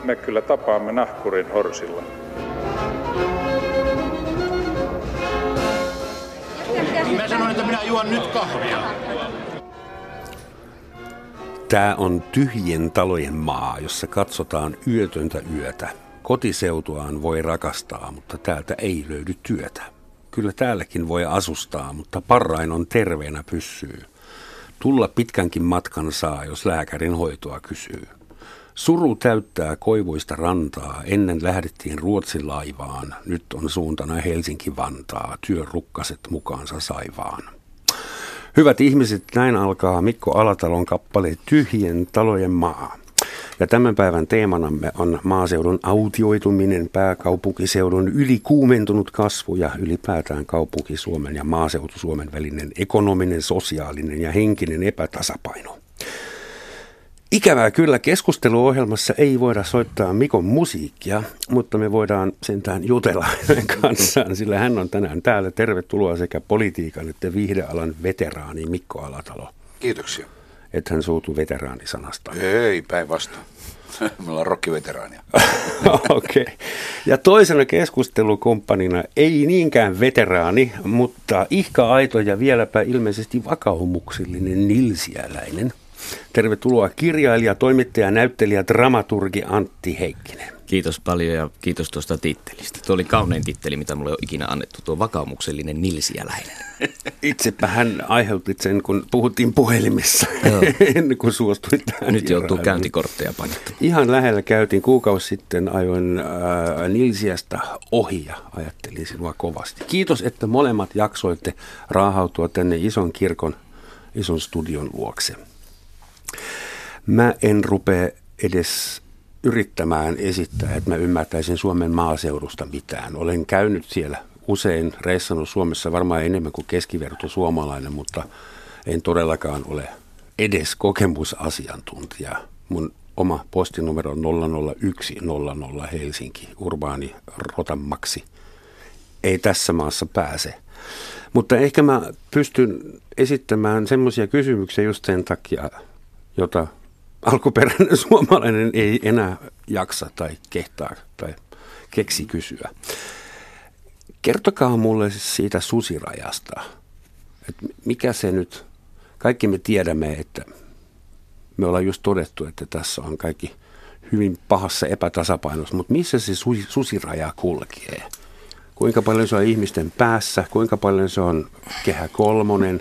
me kyllä tapaamme nahkurin horsilla. Mä sanoin, että minä juon nyt kahvia. Tää on tyhjien talojen maa, jossa katsotaan yötöntä yötä. Kotiseutuaan voi rakastaa, mutta täältä ei löydy työtä. Kyllä täälläkin voi asustaa, mutta parrain on terveenä pysyy. Tulla pitkänkin matkan saa, jos lääkärin hoitoa kysyy. Suru täyttää koivuista rantaa, ennen lähdettiin Ruotsin laivaan. Nyt on suuntana Helsinki-Vantaa, työn rukkaset mukaansa saivaan. Hyvät ihmiset, näin alkaa Mikko Alatalon kappale Tyhjien talojen maa. Ja tämän päivän teemanamme on maaseudun autioituminen, pääkaupunkiseudun ylikuumentunut kasvu ja ylipäätään kaupunki-Suomen ja maaseutu-Suomen välinen ekonominen, sosiaalinen ja henkinen epätasapaino. Ikävää kyllä, keskusteluohjelmassa ei voida soittaa Mikon musiikkia, mutta me voidaan sentään jutella hänen kanssaan, sillä hän on tänään täällä. Tervetuloa sekä politiikan että viihdealan veteraani Mikko Alatalo. Kiitoksia. Et hän suutu veteraanisanasta. Ei, päinvastoin. Me ollaan rokkiveteraania. Okei. Ja toisena keskustelukumppanina ei niinkään veteraani, mutta ihka aito ja vieläpä ilmeisesti vakaumuksellinen nilsiäläinen. Tervetuloa kirjailija, toimittaja, näyttelijä, dramaturgi Antti Heikkinen. Kiitos paljon ja kiitos tuosta tittelistä. Tuo oli kaunein titteli, mitä mulle on ikinä annettu, tuo vakaumuksellinen nilsiäläinen. Itsepä hän aiheutit sen, kun puhuttiin puhelimessa ennen kuin suostuit tähän. Nyt joutuu käyntikortteja panettamaan. Ihan lähellä käytiin kuukausi sitten, ajoin Nilsiästä ohi ja ajattelin sinua kovasti. Kiitos, että molemmat jaksoitte raahautua tänne ison kirkon, ison studion luokse. Mä en rupea edes yrittämään esittää, että mä ymmärtäisin Suomen maaseudusta mitään. Olen käynyt siellä usein, reissannut Suomessa varmaan enemmän kuin keskiverto suomalainen, mutta en todellakaan ole edes kokemusasiantuntija. Mun oma postinumero on 00100 Helsinki, urbaani Rotanmaksi. Ei tässä maassa pääse. Mutta ehkä mä pystyn esittämään semmoisia kysymyksiä just sen takia, jota alkuperäinen suomalainen ei enää jaksa tai kehtaa tai keksi kysyä. Kertokaa mulle siitä susirajasta, että mikä se nyt, kaikki me tiedämme, että me ollaan just todettu, että tässä on kaikki hyvin pahassa epätasapainossa, mutta missä se susiraja kulkee? Kuinka paljon se on ihmisten päässä, kuinka paljon se on kehä kolmonen?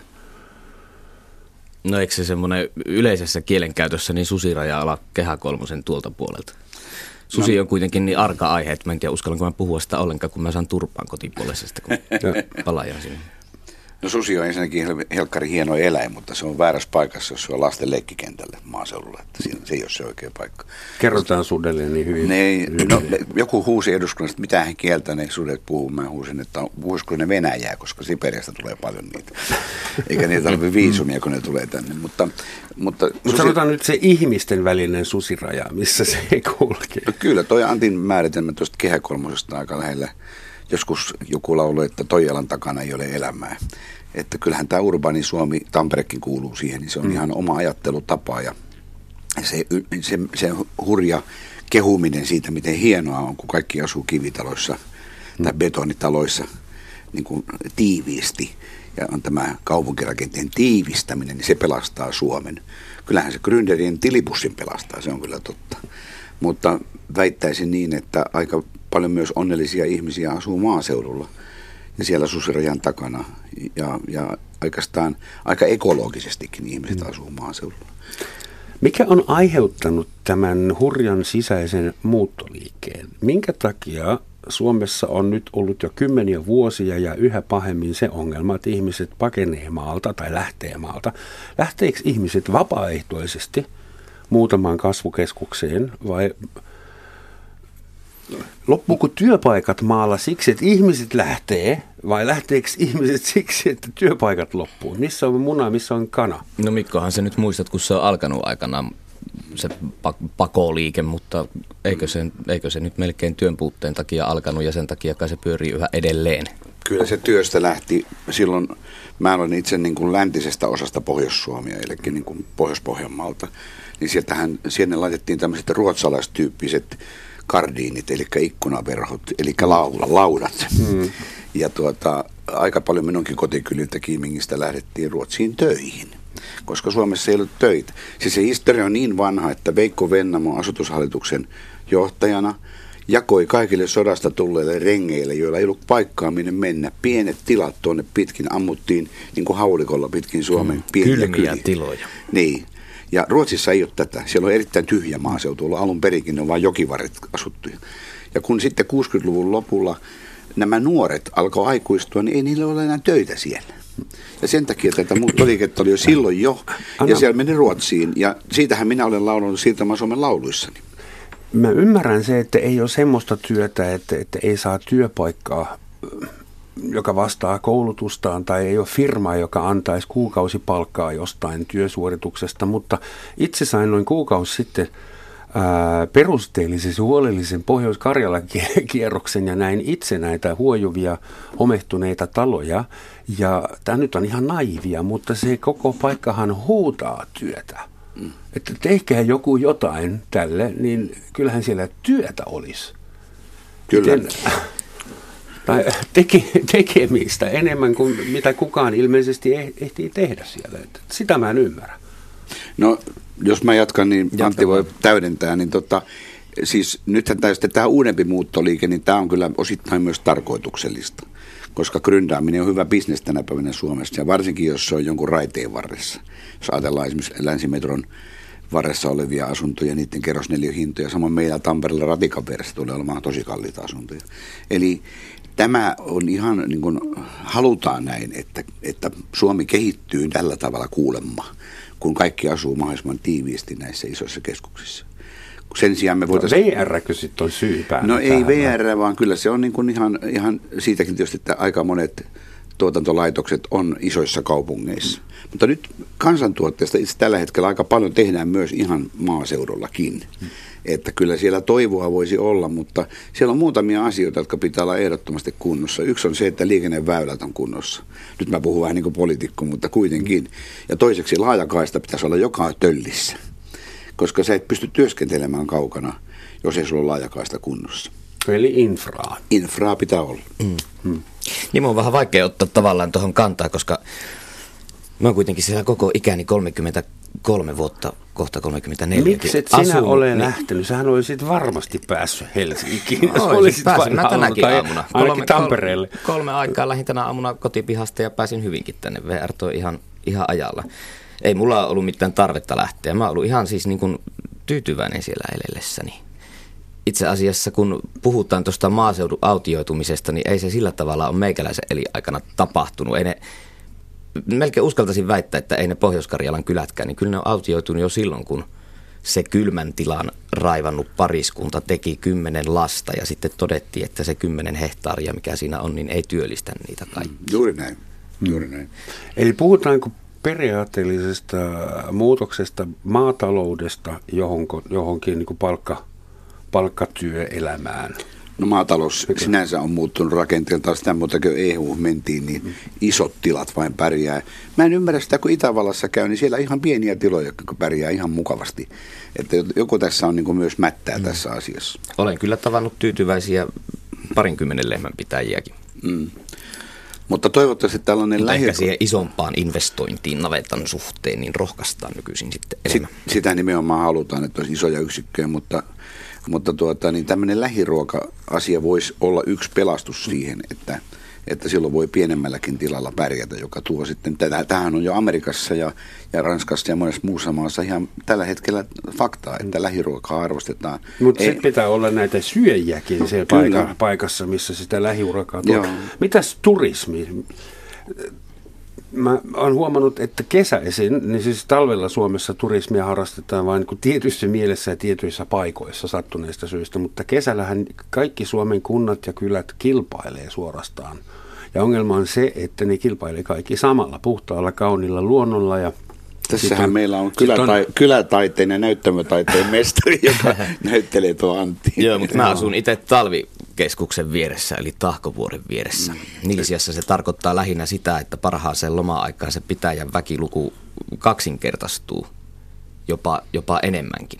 No eikö se semmoinen yleisessä kielenkäytössä niin susiraja ala kehä kolmosen tuolta puolelta? Susi on kuitenkin niin arka aihe, että mä en tiedä uskallanko mä puhua sitä ollenkaan, kun mä saan turpaan kotipuolesta, kun palaajan sinne. No susi on ensinnäkin helkkari hieno eläin, mutta se on väärässä paikassa, jos se on lasten leikkikentällä maaseudulla. Että se ei ole se oikea paikka. Kerrotaan sudelle niin hyvin. Joku huusi eduskunnasta, että mitä hän kieltä ne sudet puhuu. Mä huusin, että puhuisiko ne Venäjää, koska Siperiasta tulee paljon niitä. Eikä niitä tarvitse viisumia, kun ne tulee tänne. Mutta sanotaan nyt se ihmisten välinen susiraja, missä se ei kulke. No kyllä, toi Antin määritelmä tuosta kehä kolmosesta aika lähellä. Joskus joku lauloi, että Toijalan takana ei ole elämää. Että kyllähän tämä urbaani Suomi, Tamperekin kuuluu siihen, niin se on ihan oma ajattelutapa. Ja se hurja kehuminen siitä, miten hienoa on, kun kaikki asuu kivitaloissa tai betonitaloissa niin kuin tiiviisti. Ja on tämä kaupunkirakenteen tiivistäminen, niin se pelastaa Suomen. Kyllähän se Gründerien tilipussin pelastaa, se on kyllä totta. Mutta väittäisin niin, että aika paljon myös onnellisia ihmisiä asuu maaseudulla ja siellä susirajan takana. Ja oikeastaan aika ekologisestikin ihmiset asuu maaseudulla. Mikä on aiheuttanut tämän hurjan sisäisen muuttoliikkeen? Minkä takia Suomessa on nyt ollut jo kymmeniä vuosia ja yhä pahemmin se ongelma, että ihmiset pakenee maalta tai lähtee maalta? Lähteekö ihmiset vapaaehtoisesti muutamaan kasvukeskukseen vai loppuuko työpaikat maalla siksi, että ihmiset lähtee vai lähteekö ihmiset siksi, että työpaikat loppuu? Missä on muna, missä on kana? No Mikkohan se nyt muistat, kun se on alkanut aikanaan se pakoliike, mutta eikö se nyt melkein työn puutteen takia alkanut ja sen takia kai se pyörii yhä edelleen Kyllä se työstä lähti silloin. Mä olen itse niin kuin läntisestä osasta Pohjois-Suomea, eli niin kuin Pohjois-Pohjanmaalta. Niin sinne laitettiin tämmöiset ruotsalaistyyppiset kardiinit, eli ikkunaverhot, eli laudat. Ja aika paljon minunkin kotikyliltä Kiimingistä lähdettiin Ruotsiin töihin, koska Suomessa ei ollut töitä. Siis se historia on niin vanha, että Veikko Vennamo asutushallituksen johtajana jakoi kaikille sodasta tulleille rengeille, joilla ei ollut paikkaa minne mennä. Pienet tilat tuonne pitkin ammuttiin niin kuin haulikolla pitkin Suomen pieniä kylmiä tiloja. Niin. Ja Ruotsissa ei ole tätä. Siellä on erittäin tyhjä maaseutu ollut alun perinkin, ne on vain jokivarret asuttuja. Ja kun sitten 60-luvun lopulla nämä nuoret alkoi aikuistua, niin ei niillä ole enää töitä siellä. Ja sen takia tätä muuttoliikettä oli jo silloin ja siellä meni Ruotsiin. Ja siitähän minä olen laulanut Siirtomaan Suomen lauluissani. Mä ymmärrän se, että ei ole semmoista työtä, että ei saa työpaikkaa, joka vastaa koulutustaan, tai ei ole firmaa, joka antaisi kuukausipalkkaa jostain työsuorituksesta, mutta itse sain noin kuukausi sitten perusteellisen huolellisen Pohjois-Karjalan kierroksen ja näin itse näitä huojuvia, homehtuneita taloja. Ja tämä nyt on ihan naivia, mutta se koko paikkahan huutaa työtä. Että tehkää joku jotain tälle, niin kyllähän siellä työtä olisi. Kyllä. Tai tekemistä enemmän kuin mitä kukaan ilmeisesti ehtii tehdä siellä. Että sitä mä en ymmärrä. No, jos mä jatkan, niin Antti voi täydentää. Niin siis nythän tämä uudempi muuttoliike, niin tämä on kyllä osittain myös tarkoituksellista. Koska gründaaminen on hyvä bisnes tänä päivänä Suomessa, ja varsinkin jos se on jonkun raiteen varressa. Jos ajatellaan esimerkiksi länsimetron varressa olevia asuntoja, niiden kerrosneliöhintoja, samoin meillä Tampereella Ratikan vieressä tulee olemaan tosi kalliita asuntoja. Eli tämä on ihan niin kuin halutaan näin, että Suomi kehittyy tällä tavalla kuulemma, kun kaikki asuu mahdollisimman tiiviisti näissä isoissa keskuksissa. Sen sijaan me voitaisiin... No VR:kö sitten on syypää? No ei VR, vaan kyllä se on niin kuin ihan siitäkin tietysti, että aika monet tuotantolaitokset on isoissa kaupungeissa. Mutta nyt kansantuotteesta itse tällä hetkellä aika paljon tehdään myös ihan maaseudullakin. Että kyllä siellä toivoa voisi olla, mutta siellä on muutamia asioita, jotka pitää olla ehdottomasti kunnossa. Yksi on se, että liikenneväylät on kunnossa. Nyt mä puhun vähän niin kuin poliitikko, mutta kuitenkin. Ja toiseksi laajakaista pitäisi olla joka töllissä, koska sä et pysty työskentelemään kaukana, jos ei sulla ole laajakaista kunnossa. Eli infraa. Infraa pitää olla. Niin mun on vähän vaikea ottaa tavallaan tuohon kantaa, koska mä oon kuitenkin siellä koko ikäni 33 vuotta, kohta 34. Miksi et sinä ole lähtenyt? Sähän olisit varmasti päässyt Helsinkiin. Pääsin mä tänäkin aamuna. Ainakin Tampereelle. 3 aikaa lähdin tänä aamuna kotipihasta ja pääsin hyvinkin tänne. VR toi ihan ajalla. Ei mulla ollut mitään tarvetta lähteä. Mä oon ollut ihan siis niin kuin tyytyväinen siellä elellessäni. Itse asiassa kun puhutaan tuosta maaseudun autioitumisesta, niin ei se sillä tavalla ole meikäläisen elinaikana tapahtunut. Ei ne, melkein uskaltaisin väittää, että ei ne Pohjois-Karjalan kylätkään, niin kyllä ne on autioitunut jo silloin, kun se kylmän tilan raivannut pariskunta teki 10 lasta ja sitten todettiin, että se 10 hehtaaria, mikä siinä on, niin ei työllistä niitä kaikkia. Juuri näin. Juuri näin. Eli puhutaanko periaatteellisesta muutoksesta maataloudesta johonkin niin kuin palkkatyöelämään? No maatalous sinänsä on muuttunut rakenteeltaan sitä, mutta kun EU mentiin, niin isot tilat vain pärjää. Mä en ymmärrä sitä, kun Itävallassa käy, niin siellä ihan pieniä tiloja, jotka pärjää ihan mukavasti. Että joku tässä on niin kuin myös mättää tässä asiassa. Olen kyllä tavannut tyytyväisiä 20 lehmänpitäjiäkin. Mutta toivottavasti tällainen ehkä siihen isompaan investointiin navetan suhteen, niin rohkaistaan nykyisin sitten enemmän. Sitä nimenomaan halutaan, että olisi isoja yksikköjä, mutta niin tämmöinen lähiruoka-asia voisi olla yksi pelastus siihen, että silloin voi pienemmälläkin tilalla pärjätä, joka tuo sitten, tämähän on jo Amerikassa ja Ranskassa ja monessa muussa maassa ihan tällä hetkellä faktaa, että lähiruokaa arvostetaan. Mutta sitten pitää olla näitä syöjiäkin siellä paikassa, missä sitä lähiruokaa tuo. Mitäs turismi? Mä oon huomannut, että kesäisin, niin siis talvella Suomessa turismia harrastetaan vain niin tietyissä mielessä ja tietyissä paikoissa sattuneista syistä, mutta kesällähän kaikki Suomen kunnat ja kylät kilpailee suorastaan. Ja ongelma on se, että ne kilpailee kaikki samalla puhtaalla, kauniilla luonnolla ja Tässähän meillä on kylätaiteen ja näyttämötaiteen mestari, joka näyttelee tuo Antti. Joo, mutta mä asun itse talvikeskuksen vieressä, eli Tahkovuoren vieressä. Nilsiässä se tarkoittaa lähinnä sitä, että parhaaseen loma-aikaan se pitäjän väkiluku kaksinkertaistuu, jopa enemmänkin.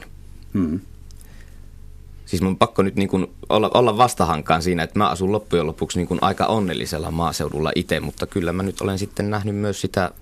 Siis mun on pakko nyt niin kuin olla vastahankaan siinä, että mä asun loppujen lopuksi niin kuin aika onnellisella maaseudulla itse, mutta kyllä mä nyt olen sitten nähnyt myös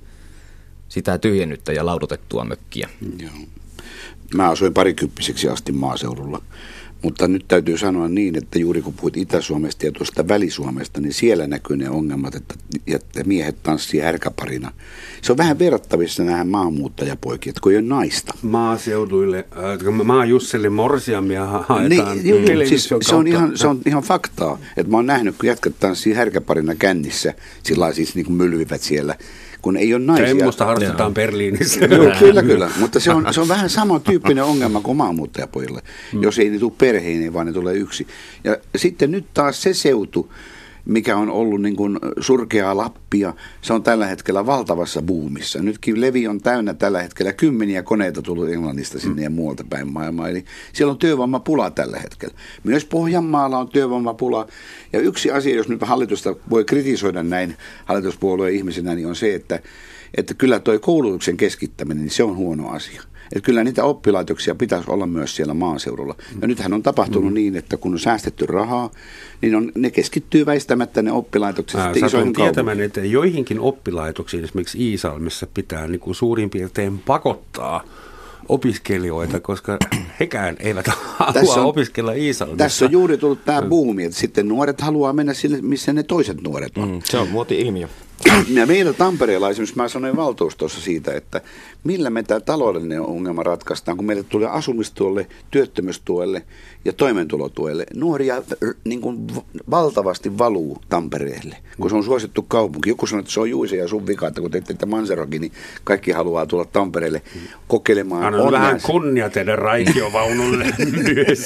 sitä tyhjennyttä ja laudotettua mökkiä. Joo. Mä asuin parikymppiseksi asti maaseudulla, mutta nyt täytyy sanoa niin, että juuri kun puhuit Itä-Suomesta ja tuosta Väli-Suomesta, niin siellä näkyy ne ongelmat, että miehet tanssii härkäparina. Se on vähän verrattavissa näihin maahanmuuttajapoikia, että kun ei ole naista. Maaseuduille, maajussille morsiamia haetaan. Niin, siis se on ihan faktaa, että mä oon nähnyt, kun jätkät tanssii härkäparina kännissä, sillä siis niin kuin mylvivät siellä, kun ei ole naisia. Semmoista harrastetaan Berliinissä. Kyllä. Mutta se on vähän samantyyppinen ongelma kuin maahanmuuttajapojille. Jos ei ne tule perheineen, vaan ne tulee yksi. Ja sitten nyt taas se seutu, mikä on ollut niin kuin surkeaa Lappia, se on tällä hetkellä valtavassa buumissa. Nytkin Levi on täynnä tällä hetkellä kymmeniä koneita tullut Englannista sinne ja muualta päin maailmaa. Eli siellä on työvoimapula tällä hetkellä. Myös Pohjanmaalla on työvoimapula. Ja yksi asia, jos nyt hallitusta voi kritisoida näin hallituspuolueen ihmisenä, niin on se, että kyllä toi koulutuksen keskittäminen, niin se on huono asia. Että kyllä niitä oppilaitoksia pitäisi olla myös siellä maaseudulla. Ja nythän on tapahtunut niin, että kun on säästetty rahaa, niin ne keskittyy väistämättä ne oppilaitokset sitten isoihin kaupunkiin. Että joihinkin oppilaitoksiin, esimerkiksi Iisalmessa, pitää niin kuin suurin piirtein pakottaa opiskelijoita, koska hekään eivät halua opiskella Iisalmessa. Tässä on juuri tullut tämä buumi, että sitten nuoret haluaa mennä sinne, missä ne toiset nuoret on. Se on muoti-ilmiö. Ja meillä Tampereella esimerkiksi mä sanoin valtuustossa siitä, että millä me tämä taloudellinen ongelma ratkaistaan, kun meille tulee asumistuelle, työttömyystuelle ja toimeentulotuelle. Nuoria niin kuin valtavasti valuu Tampereelle, kun se on suosittu kaupunki. Joku sanoo, että se on Juise ja sun vika, että kun teette Manserokin, niin kaikki haluaa tulla Tampereelle kokeilemaan. Anna vähän kunnia teidän raitiovaunulle myös.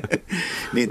Niin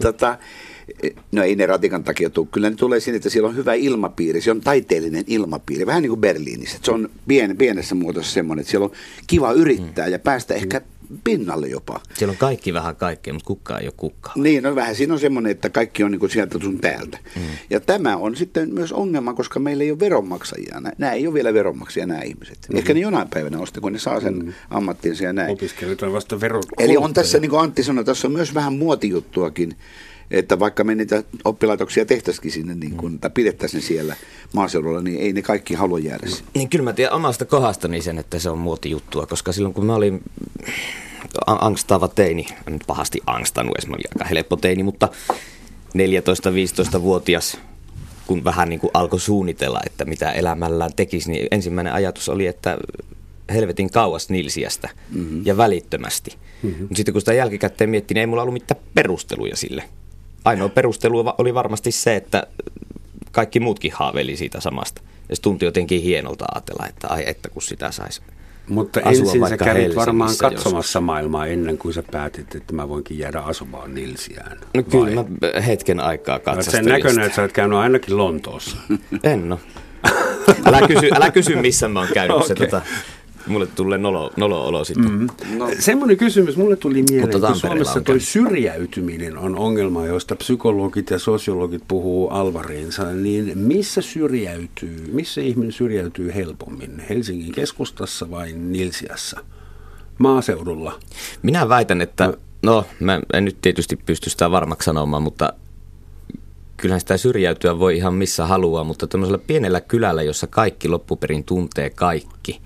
no ei ne ratikan takia tule. Kyllä ne tulee sinne, että siellä on hyvä ilmapiiri. Se on taiteellinen ilmapiiri. Vähän niin kuin Berliinissä. Se on pienessä muodossa semmoinen, että siellä on kiva yrittää ja päästä ehkä pinnalle jopa. Siellä on kaikki vähän kaikkea, mutta kukkaa ei ole kukkaa. Niin, no vähän siinä on semmoinen, että kaikki on niin kuin sieltä sun täältä. Ja tämä on sitten myös ongelma, koska meillä ei ole veronmaksajia. Nämä ei ole vielä veronmaksajia nämä ihmiset. Ehkä ne jonain päivänä osti, kun ne saa sen ammattinsa ja näin. Opiskelijat on vasta Eli on tässä, niin kuin Antti sanoi, tässä on myös vähän muotijuttuakin. Että vaikka me niitä oppilaitoksia tehtäisikin sinne, niin kun, tai pidettäisiin siellä maaseudulla, niin ei ne kaikki halua jäädä sinne. Niin kyllä mä tiedän omasta kohdastani sen, että se on muotijuttua, koska silloin kun mä olin angstaava teini, en nyt pahasti angstanut edes, mä olin aika helppo teini, mutta 14-15-vuotias, kun vähän niin kuin alkoi suunnitella, että mitä elämällään tekisi, niin ensimmäinen ajatus oli, että helvetin kauas Nilsiästä ja välittömästi. Mutta sitten kun sitä jälkikäteen miettii, niin ei mulla ollut mitään perusteluja sille. Ainoa perustelu oli varmasti se, että kaikki muutkin haaveili siitä samasta. Ja se tuntui jotenkin hienolta ajatella, että ai että kun sitä saisi. Mutta ensin sä kävit varmaan katsomassa maailmaa ennen kuin sä päätit, että mä voinkin jäädä asumaan Nilsiään. No kyllä mä hetken aikaa katsastelin. Sen näköinen, että sä olet käynyt ainakin Lontoossa. En no. Älä kysy missä mä oon käynyt. Okay. Se mulle tulee nolo-olo sitten. No. Semmoinen kysymys mulle tuli mieleen, että Suomessa toi syrjäytyminen on ongelma, josta psykologit ja sosiologit puhuu alvariinsa, niin missä ihminen syrjäytyy helpommin? Helsingin keskustassa vai Nilsiässä? Maaseudulla? Minä väitän, että, mä en nyt tietysti pysty sitä varmaksi sanomaan, mutta kyllähän sitä syrjäytyä voi ihan missä haluaa, mutta tämmöisellä pienellä kylällä, jossa kaikki loppuperin tuntee kaikki,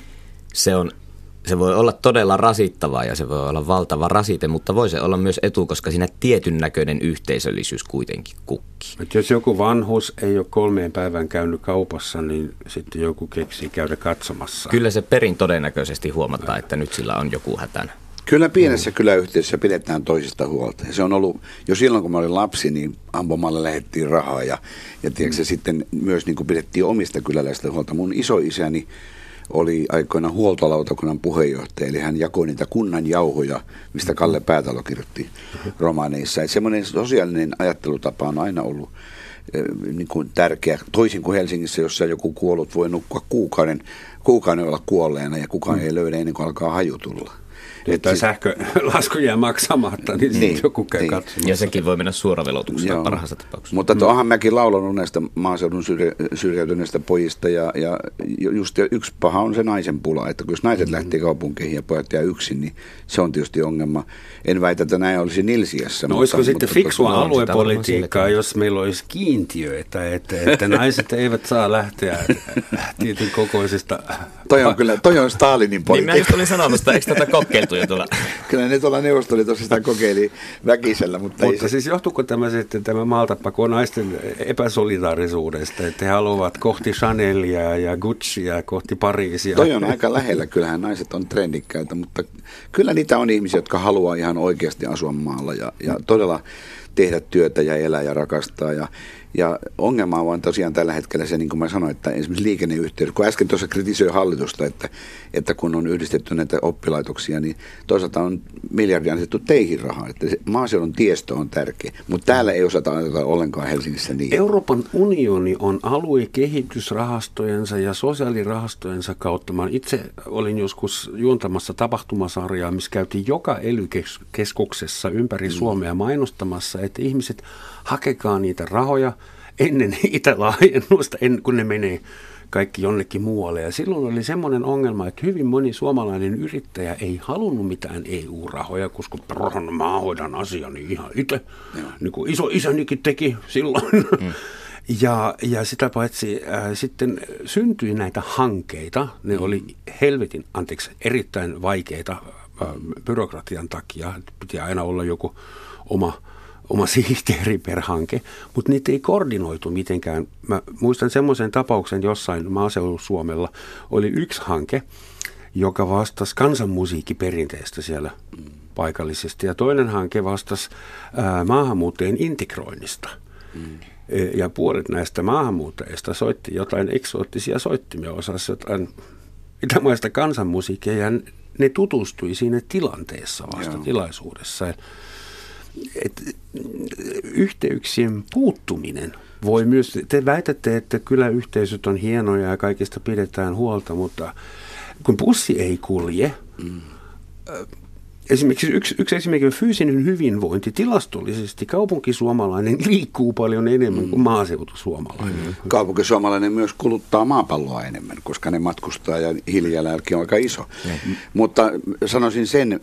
se voi olla todella rasittavaa ja se voi olla valtava rasite, mutta voi se olla myös etu, koska siinä tietyn näköinen yhteisöllisyys kuitenkin kukkii. Mutta jos joku vanhus ei ole 3 päivän käynyt kaupassa, niin sitten joku keksii käydä katsomassa. Kyllä se perin todennäköisesti huomataan, että nyt sillä on joku hätänä. Kyllä pienessä kyläyhteisössä pidetään toisista huolta. Se on ollut, jo silloin kun mä olin lapsi, niin ampumalle lähdettiin rahaa ja tiedätkö, sitten myös niin kuin pidettiin omista kyläläistä huolta. Mun isoisäni oli aikoina huoltolautakunnan puheenjohtaja, eli hän jakoi niitä kunnan jauhoja, mistä Kalle Päätalo kirjoitti romaaneissa. Että semmoinen sosiaalinen ajattelutapa on aina ollut niin kuin tärkeä. Toisin kuin Helsingissä, jossa joku kuollut voi nukkua kuukauden olla kuolleena ja kukaan ei löydä ennen kuin alkaa haju tulla. Että sähkölasku jää maksamatta, niin joku käy katsomassa. Ja sekin voi mennä suoravelotuksella parhaassa tapauksessa. Mutta onhan mäkin laulanut näistä maaseudun syrjäytyneistä pojista ja just yksi paha on se naisen pula, että jos naiset lähtee kaupunkeihin ja pojat jää yksin, niin se on tietysti ongelma. En väitä, että näin olisi Nilsiässä. No olisiko sitten fiksua aluepolitiikkaa, jos meillä olisi kiintiöitä, että naiset eivät saa lähteä tietyn kokoisista... Toi on Stalinin politiikka. Niin mä just olin sanomassa, eikö tätä kokeiltu jo tuolla? Kyllä ne tuolla Neuvostoliitossa sitä kokeili väkisellä, mutta siis johtuuko tämä maaltapako naisten epäsolidaarisuudesta, että he haluavat kohti Chanelia ja Guccia, kohti Pariisia? Toi on aika lähellä, kyllähän naiset on trendikkäitä, mutta kyllä niitä on ihmisiä, jotka haluaa ihan oikeasti asua maalla ja todella tehdä työtä ja elää ja rakastaa. Ja ongelma on tosiaan tällä hetkellä se, niin kuin mä sanoin, että esimerkiksi liikenneyhteys, kun äsken tuossa kritisoi hallitusta, että kun on yhdistetty näitä oppilaitoksia, niin toisaalta on miljardia annettu teihin rahaa, että se maaseudun tiestö on tärkeä, mutta täällä ei osata ajatella ollenkaan Helsingissä niin. Euroopan unioni on aluekehitysrahastojensa ja sosiaalirahastojensa kautta. Mä itse olin joskus juontamassa tapahtumasarjaa, missä käytiin joka ELY-keskuksessa ympäri Suomea mainostamassa, että ihmiset hakekaa niitä rahoja ennen itälaajennusta, kun ne menee kaikki jonnekin muualle. Ja silloin oli semmoinen ongelma, että hyvin moni suomalainen yrittäjä ei halunnut mitään EU-rahoja, koska mä hoidan asiani ihan itse, niin kuin isoisänikin teki silloin. Ja sitä paitsi sitten syntyi näitä hankkeita, ne oli erittäin vaikeita byrokratian takia, piti aina olla joku oma sihteeri per hanke, mutta niitä ei koordinoitu mitenkään. Mä muistan semmoisen tapauksen jossain maaseudun Suomella. Oli yksi hanke, joka vastasi kansanmusiikkiperinteestä siellä paikallisesti, ja toinen hanke vastasi maahanmuuttajien integroinnista. Ja puolet näistä maahanmuuttajista soitti jotain eksoottisia soittimia, osasi jotain itämaista kansanmusiikkia, ja ne tutustui siinä tilanteessa vasta tilaisuudessa. Yhteyksien puuttuminen voi myös, te väitätte, että kyläyhteisöt on hienoja ja kaikista pidetään huolta, mutta kun bussi ei kulje, esimerkiksi yksi esimerkiksi fyysinen hyvinvointi, tilastollisesti kaupunkisuomalainen liikkuu paljon enemmän kuin maaseutusuomalainen. Kaupunkisuomalainen myös kuluttaa maapalloa enemmän, koska ne matkustaa ja hiilijalanjälki on aika iso. Mutta sanoisin sen,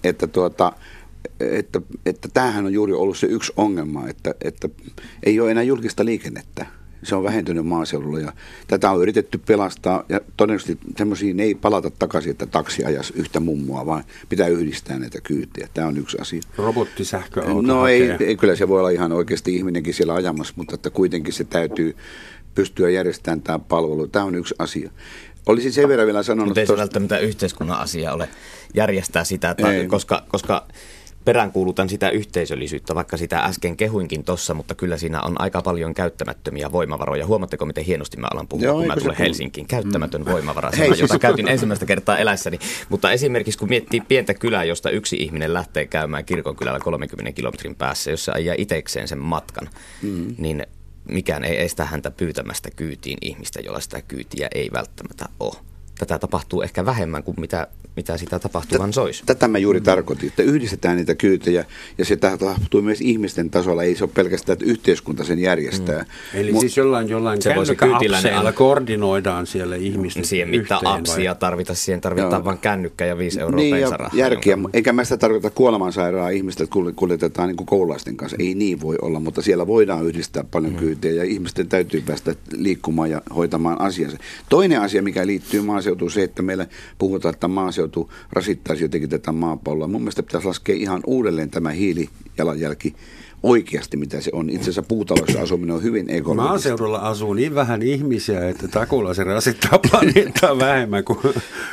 että tämähän on juuri ollut se yksi ongelma, että ei ole enää julkista liikennettä. Se on vähentynyt maaseudulla ja tätä on yritetty pelastaa ja todennäköisesti semmoisiin ei palata takaisin, että taksi ajaisi yhtä mummoa, vaan pitää yhdistää näitä kyytiä. Tämä on yksi asia. Robottisähköauto. No ei, kyllä se voi olla ihan oikeasti ihminenkin siellä ajamassa, mutta että kuitenkin se täytyy pystyä järjestämään tämä palvelu. Tämä on yksi asia. Olisin sen verran vielä sanonut... Mutta ei se välttämättä yhteiskunnan asia ole järjestää sitä, koska peräänkuulutan sitä yhteisöllisyyttä, vaikka sitä äsken kehuinkin tuossa, mutta kyllä siinä on aika paljon käyttämättömiä voimavaroja. Huomatteko, miten hienosti mä alan puhua, kun mä tulen Helsinkiin? Käyttämätön voimavara, jota käytin ensimmäistä kertaa elässäni. Mutta esimerkiksi kun miettii pientä kylää, josta yksi ihminen lähtee käymään kirkonkylällä 30 kilometrin päässä, jos se ajaa itekseen sen matkan, niin mikään ei estä häntä pyytämästä kyytiin ihmistä, jolla sitä kyytiä ei välttämättä ole. Tätä tapahtuu ehkä vähemmän kuin mitä sitä tapahtuvan soisi. Tätä mä juuri tarkoitin, että yhdistetään niitä kyytejä ja se tapahtuu myös ihmisten tasolla. Ei se ole pelkästään, että yhteiskunta sen järjestää. Eli siis jollain kännykkä-apseilla koordinoidaan siellä ihmisten siihen mitään appsia tarvita, siihen tarvitaan vain kännykkä ja 5 euroa bensarahaa. Järkeä, eikä mä sitä tarkoita kuolemansairaan ihmistä, että kuljetetaan niin kuin koululaisten kanssa. Ei niin voi olla, mutta siellä voidaan yhdistää paljon kyytejä ja ihmisten täytyy päästä liikkumaan ja hoitamaan asiansa. Toinen asia, mikä liittyy maaseutuun, se, että meillä puhutaan, että maaseutu rasittaisi jotenkin tätä maapalloa. Mun mielestä pitäisi laskea ihan uudelleen tämä hiilijalanjälki oikeasti, mitä se on. Itse asiassa puutaloissa asuminen on hyvin ekologista. Maaseudulla asuu niin vähän ihmisiä, että takulla se rasittaa planeettaa vähemmän kuin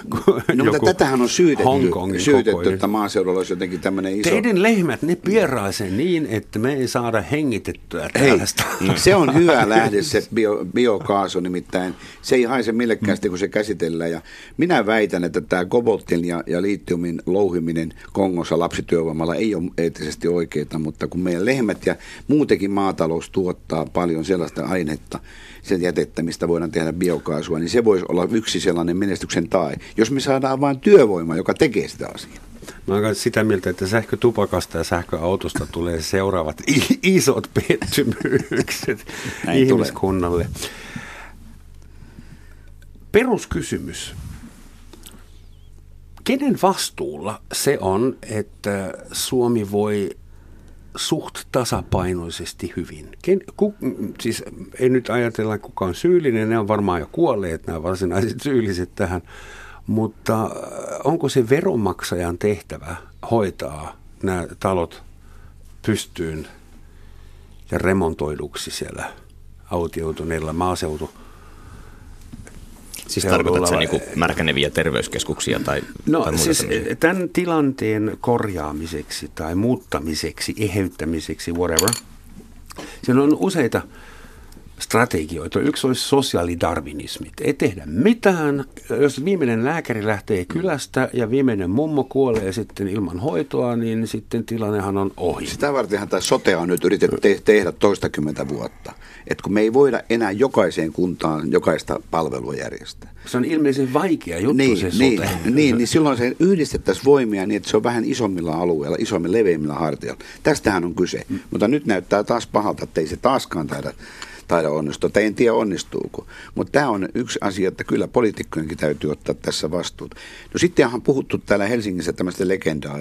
mutta tätähän on syytetty, että maaseudulla olisi jotenkin tämmöinen iso... Teidän lehmät, ne pieraisee niin, että me ei saada hengitettyä tällaista. Se on hyvä lähde, se biokaasu nimittäin. Se ei haise millekään kun se käsitellään. Ja minä väitän, että tämä koboltin ja litiumin louhiminen Kongossa lapsityövoimalla ei ole eettisesti oikeaa, mutta kun meidän lehmät ja muutenkin maatalous tuottaa paljon sellaista ainetta, sen jätettä, mistä voidaan tehdä biokaasua, niin se voisi olla yksi sellainen menestyksen tae, jos me saadaan vain työvoima, joka tekee sitä asiaa. Mä olen sitä mieltä, että sähkötupakasta ja sähköautosta tulee seuraavat isot pettymykset ihmiskunnalle. Tulee. Peruskysymys. Kenen vastuulla se on, että Suomi voi suht tasapainoisesti hyvin? Siis ei nyt ajatella, kuka on syyllinen, ne on varmaan jo kuolleet, nämä varsinaiset syylliset tähän, mutta onko se veronmaksajan tehtävä hoitaa nämä talot pystyyn ja remontoiduksi siellä autioituneilla maaseutu? Siis tarkoitatko se niin märkäneviä terveyskeskuksia tai muuta? Siis tämän tilanteen korjaamiseksi tai muuttamiseksi, eheyttämiseksi, whatever, siinä on useita strategioita. Yksi olisi sosiaalidarwinismit. Ei tehdä mitään. Jos viimeinen lääkäri lähtee kylästä ja viimeinen mummo kuolee sitten ilman hoitoa, niin sitten tilannehan on ohi. Sitä vartenhan tämä sote on nyt yritetty tehdä toistakymmentä vuotta. Että kun me ei voida enää jokaiseen kuntaan jokaista palvelua järjestää. Se on ilmeisen vaikea juttu se sote. Niin silloin se yhdistettäisiin voimia niin, että se on vähän isommilla alueilla, isommin leveimmillä hartioilla. Tästähän on kyse. Mutta nyt näyttää taas pahalta, että ei se taaskaan taida onnistua, tai en tiedä onnistuuko. Mutta tämä on yksi asia, että kyllä poliitikkojenkin täytyy ottaa tässä vastuuta. No sittenhän on puhuttu täällä Helsingissä tämmöistä legendaa,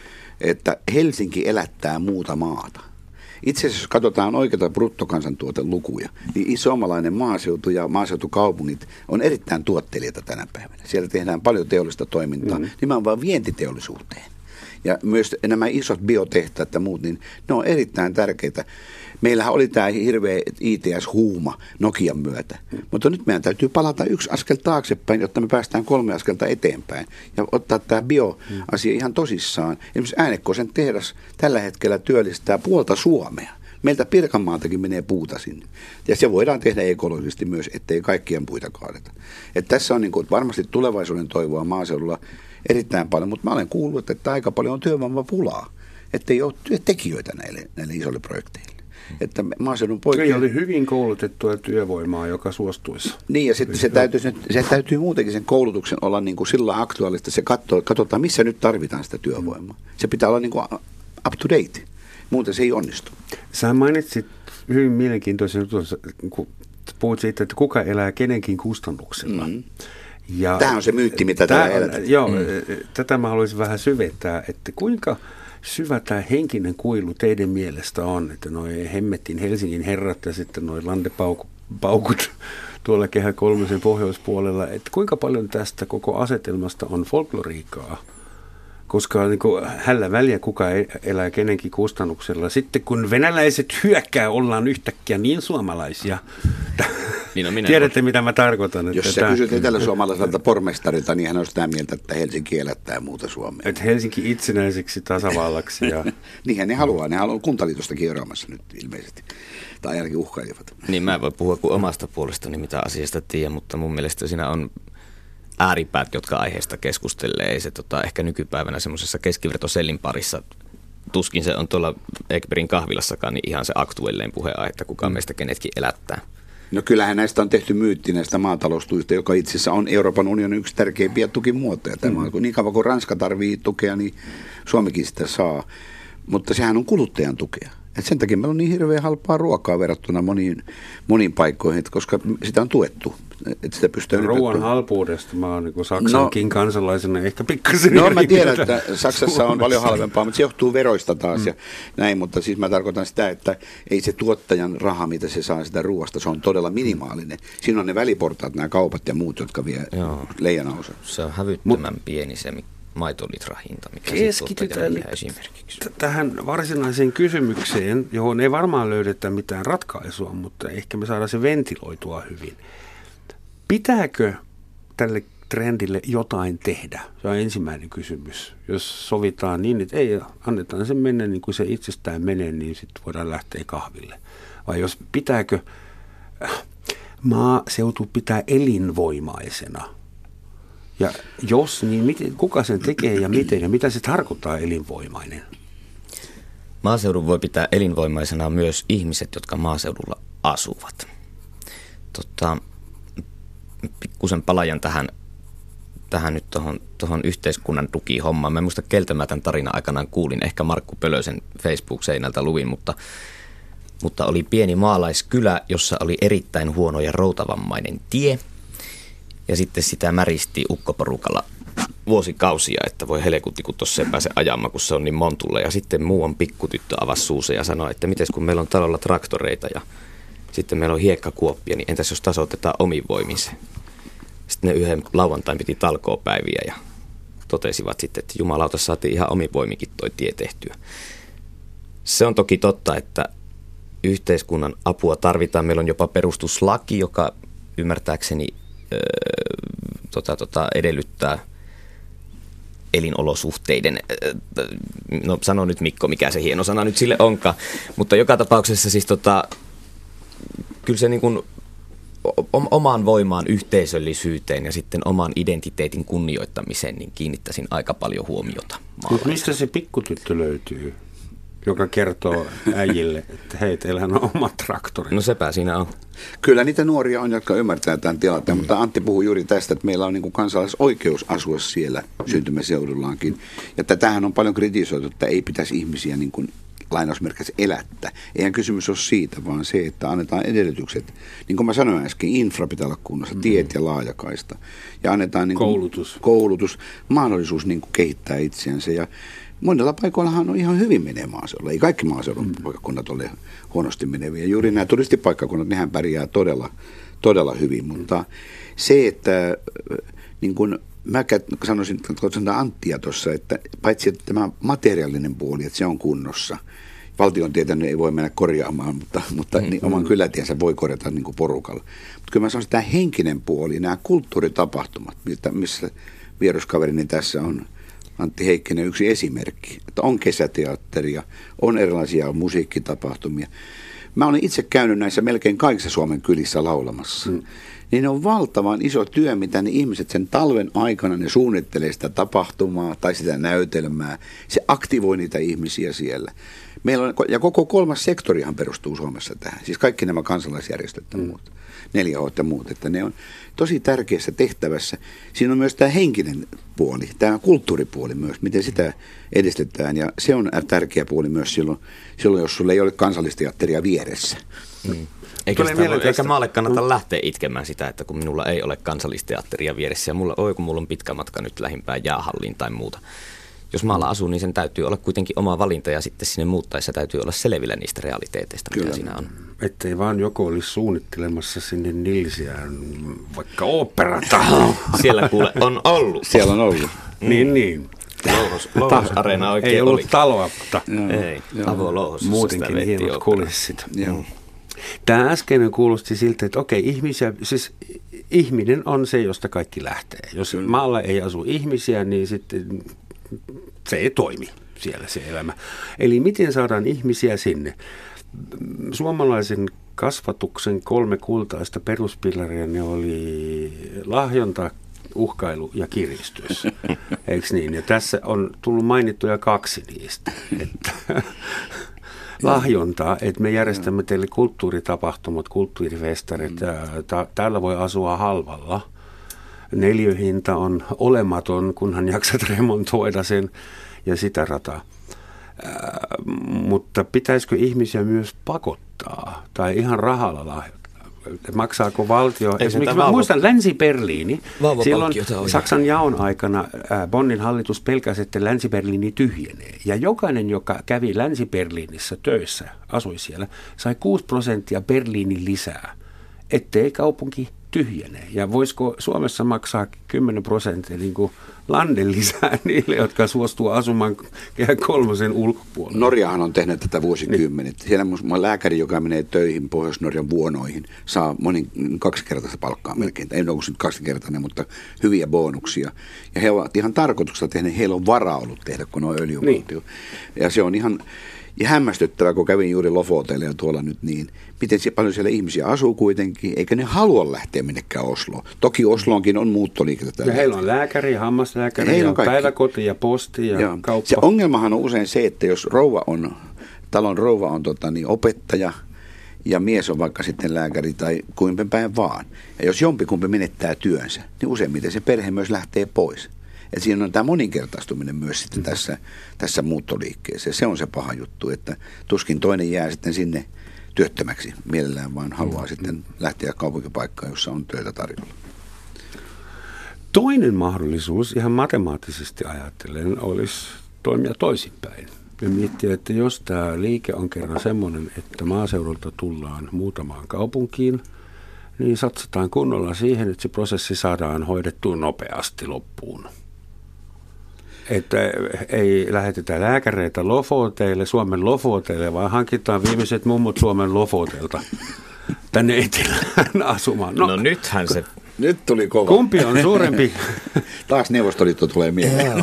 että Helsinki elättää muuta maata. Itse asiassa jos katsotaan oikeita bruttokansantuotelukuja, niin suomalainen maaseutu ja maaseutukaupungit on erittäin tuottelijoita tänä päivänä. Siellä tehdään paljon teollista toimintaa, nimenomaan vientiteollisuuteen. Ja myös nämä isot biotehtaat ja muut, niin ne on erittäin tärkeitä. Meillähän oli tämä hirveä ITS-huuma Nokian myötä, mutta nyt meidän täytyy palata yksi askel taaksepäin, jotta me päästään 3 askelta eteenpäin ja ottaa tämä bioasia ihan tosissaan. Esimerkiksi Äänekosen tehdas tällä hetkellä työllistää puolta Suomea. Meiltä Pirkanmaaltakin menee puuta sinne. Ja se voidaan tehdä ekologisesti myös, ettei kaikkien puita kaadeta. Että tässä on niin kuin, varmasti tulevaisuuden toivoa maaseudulla erittäin paljon, mutta mä olen kuullut, että aika paljon on työvoimapulaa, ettei ole tekijöitä näille isoille projekteille. Että maaseudun poikia oli hyvin koulutettua työvoimaa, joka suostuisi. Niin, ja sitten se täytyy muutenkin sen koulutuksen olla niin kuin sillä aktuaalista, se katsotaan, missä nyt tarvitaan sitä työvoimaa. Se pitää olla niin kuin up to date, muuten se ei onnistu. Sä mainitsit hyvin mielenkiintoisen jutun, kun puhut siitä, että kuka elää kenenkin kustannuksella. Ja tämä on se myytti, mitä täällä eletään. Joo, tätä mä haluaisin vähän syventää, että kuinka syvä tämä henkinen kuilu teidän mielestä on, että noi hemmetin Helsingin herrat ja sitten noi landepaukut tuolla Kehä kolmosen pohjoispuolella, että kuinka paljon tästä koko asetelmasta on folkloriikkaa, koska niin kuin hällä väliä kuka elää kenenkin kustannuksella. Sitten kun venäläiset hyökkää, ollaan yhtäkkiä niin suomalaisia. Niin tiedätte, mitä mä tarkoitan. Jos sä kysyt eteläsuomalaiselta pormestarilta, niin hän on sitä mieltä, että Helsinki elättää muuta Suomea. Että Helsinki itsenäiseksi tasavallaksi. Ja niinhän ne haluaa. Ne haluaa kuntaliitostakin eroamassa nyt ilmeisesti. Tai ainakin uhkailivat. Niin mä en voi puhua kuin omasta puolestani, mitä asiasta tiedän, mutta mun mielestä siinä on ääripäät, jotka aiheesta keskustelee. Ei se ehkä nykypäivänä semmoisessa keskivertosellin parissa, tuskin se on tuolla Ekbergin kahvilassakaan, niin ihan se aktuellinen puheenaihe, että kuka meistä kenetkin elättää. No kyllähän näistä on tehty myytti näistä maataloustuista, joka itse asiassa on Euroopan unionin yksi tärkeimpiä tukimuotoja. Niin kauan kuin Ranska tarvii tukea, niin Suomikin sitä saa. Mutta sehän on kuluttajan tukea. Et sen takia meillä on niin hirveän halpaa ruokaa verrattuna moniin paikkoihin, koska sitä on tuettu. Että sitä pystyy ruoan halpuudesta mä oon niin Saksankin kansalaisena ehkä pikkasen. No mä tiedän, että Saksassa on paljon halvempaa, mutta se johtuu veroista taas ja näin. Mutta siis mä tarkoitan sitä, että ei se tuottajan raha, mitä se saa sitä ruoasta, se on todella minimaalinen. Siinä on ne väliportaat, nämä kaupat ja muut, jotka vie leijonausen. Se on hävyttömän pieni se maitolitrahinta, mikä keskitytään esimerkiksi tähän varsinaiseen kysymykseen, johon ei varmaan löydetä mitään ratkaisua, mutta ehkä me saadaan se ventiloitua hyvin. Pitääkö tälle trendille jotain tehdä? Se on ensimmäinen kysymys. Jos sovitaan niin, että ei annetaan sen mennä niin kuin se itsestään menee, niin sitten voidaan lähteä kahville. Vai jos pitääkö maaseutu pitää elinvoimaisena? Ja jos, niin kuka sen tekee ja miten ja mitä se tarkoittaa elinvoimainen? Maaseudun voi pitää elinvoimaisena myös ihmiset, jotka maaseudulla asuvat. Pikkusen palajan tähän nyt tuohon yhteiskunnan tukihommaan. Mä en muista keltä mä tämän tarinan aikanaan kuulin. Ehkä Markku Pölösen Facebook-seinältä luin, mutta oli pieni maalaiskylä, jossa oli erittäin huono ja routavammainen tie. Ja sitten sitä märisti ukkoporukalla vuosikausia, että voi helekutti, kun tuossa ei pääse ajamaan, kun se on niin montulle. Ja sitten muuan pikkutyttö avasi suussa ja sanoi, että mites kun meillä on talolla traktoreita ja sitten meillä on hiekkakuoppia, niin entäs jos tasoitetaan omin voimin se. Sitten ne yhden lauantain piti talkoopäiviä ja totesivat sitten, että jumalauta, saatiin ihan omin voimikin toi tie tehtyä. Se on toki totta, että yhteiskunnan apua tarvitaan. Meillä on jopa perustuslaki, joka ymmärtääkseni edellyttää elinolosuhteiden, no sano nyt Mikko, mikä se hieno sana nyt sille onkaan, mutta joka tapauksessa siis kyllä se niin kuin omaan voimaan, yhteisöllisyyteen ja sitten oman identiteetin kunnioittamiseen niin kiinnittäisin aika paljon huomiota. Mutta mistä se pikkutyttö löytyy, joka kertoo äijille, että hei, teillähän on oma traktori? No sepä siinä on. Kyllä niitä nuoria on, jotka ymmärtää tämän tilanteen, mutta Antti puhui juuri tästä, että meillä on niin kuin kansalaisoikeus asua siellä syntymäseudullaankin. Ja tätähän on paljon kritisoitu, että ei pitäisi ihmisiä niin kuin lainausmerkeissä elättää. Eihän kysymys ole siitä, vaan se, että annetaan edellytykset. Niin kuin mä sanoin äsken, infra pitää olla kunnossa, tiet ja laajakaista. Ja annetaan niin kuin koulutus, mahdollisuus niin kuin kehittää itseänsä. Ja monilla paikoillahan on ihan hyvin menee maaseudulla. Ei kaikki maaseudun paikkakunnat ole huonosti meneviä. Juuri nämä turistipaikkakunnat, nehän pärjää todella, todella hyvin. Mutta se, että niin kuin mä sanoisin Anttia tuossa, että paitsi että tämä materiaalinen puoli, että se on kunnossa. Valtion tietä ei voi mennä korjaamaan, mutta niin oman kylätiensä voi korjata niin kuin porukalla. Mutta kyllä mä sanoisin, että tämä henkinen puoli, nämä kulttuuritapahtumat, missä vieruskaverini tässä on Antti Heikkinen yksi esimerkki, että on kesäteatteria, on erilaisia musiikkitapahtumia. Mä olen itse käynyt näissä melkein kaikissa Suomen kylissä laulamassa. Niin on valtavan iso työ, mitä ne ihmiset sen talven aikana ne suunnittelee sitä tapahtumaa tai sitä näytelmää. Se aktivoi niitä ihmisiä siellä. Meillä on, ja koko kolmas sektorihan perustuu Suomessa tähän. Siis kaikki nämä kansalaisjärjestöt ja muut, 4H ja muut, että ne on tosi tärkeässä tehtävässä. Siinä on myös tämä henkinen puoli, tämä kulttuuripuoli myös, miten sitä edistetään. Ja se on tärkeä puoli myös silloin jos sulla ei ole kansallisteatteria vieressä. Eikä maalle kannata lähteä itkemään sitä, että kun minulla ei ole kansallisteatteria vieressä ja kun mulla on pitkä matka nyt lähimpään jäähalliin tai muuta. Jos maalla asuu, niin sen täytyy olla kuitenkin oma valinta ja sitten sinne muuttaessa täytyy olla selvillä niistä realiteeteista, mitä siinä on. Ettei vaan joku olisi suunnittelemassa sinne Nilsiään vaikka oopperata. Siellä kuule on ollut. Siellä on ollut. Niin. Louhos-areena oikein ei ollut taloa, mutta ei. Muutenkin hienot kulissit. Tämä äskeinen kuulosti siltä, että okei, ihminen on se, josta kaikki lähtee. Jos maalla ei asu ihmisiä, niin sitten se ei toimi siellä se elämä. Eli miten saadaan ihmisiä sinne? Suomalaisen kasvatuksen 3 kultaista peruspilaria, ne oli lahjonta, uhkailu ja kiristys. Eikö niin? Ja tässä on tullut mainittuja 2 niistä. Että lahjontaa, että me järjestämme teille kulttuuritapahtumat, kulttuurifestarit. Täällä voi asua halvalla. Neliöhinta on olematon, kunhan jaksat remontoida sen ja sitä rataa. Mutta pitäisikö ihmisiä myös pakottaa tai ihan rahalla lahjoittaa? Maksaako valtio? Esimerkiksi mä muistan Länsi-Berliini. Silloin Saksan jaon aikana Bonnin hallitus pelkäsi, että Länsi-Berliini tyhjenee. Ja jokainen, joka kävi Länsi-Berliinissä töissä, asui siellä, sai 6% Berliinin lisää, ettei kaupunki tyhjenee. Ja voisiko Suomessa maksaa 10% niin kuin landen lisää niille, jotka suostuu asumaan Kehä kolmosen ulkopuolella? Norjahan on tehnyt tätä vuosikymmenet. Siellä on lääkäri, joka menee töihin Pohjois-Norjan vuonoihin, saa 2-kertaista palkkaa melkein. Ei ole nyt 2-kertainen, mutta hyviä bonuksia. Ja he ovat ihan tarkoituksella tehneet, heillä on varaa ollut tehdä, kun on öljyvaltio. Niin. Ja se on ihan hämmästyttävää, kun kävin juuri Lofoteilla ja tuolla nyt niin, miten paljon siellä ihmisiä asuu kuitenkin, eikä ne halua lähteä minnekään Osloon. Toki Osloonkin on muuttoliikettä. Ja heillä on lääkäri, hammaslääkäri, ja päiväkoti ja posti ja kauppa. Se ongelmahan on usein se, että jos rouva on talon rouva on opettaja ja mies on vaikka sitten lääkäri tai kuinka päin vaan. Ja jos jompikumpi menettää työnsä, niin useimmiten se perhe myös lähtee pois. Ja siinä on tämä moninkertaistuminen myös sitten tässä muuttoliikkeessä. Se on se paha juttu, että tuskin toinen jää sitten sinne työttömäksi mielellään, vaan haluaa sitten lähteä kaupunkipaikkaan, jossa on töitä tarjolla. Toinen mahdollisuus ihan matemaattisesti ajatellen olisi toimia toisinpäin. Ja miettiä, että jos tämä liike on kerran semmoinen, että maaseudulta tullaan muutamaan kaupunkiin, niin satsataan kunnolla siihen, että se prosessi saadaan hoidettua nopeasti loppuun. Että ei lähetetä lääkäreitä Lofoteille, Suomen Lofoteille, vaan hankitaan viimeiset mummut Suomen Lofotelta tänne etelään asumaan. No nythän se... Nyt tuli kova. Kumpi on suurempi? Taas Neuvostoliitto tulee mieleen.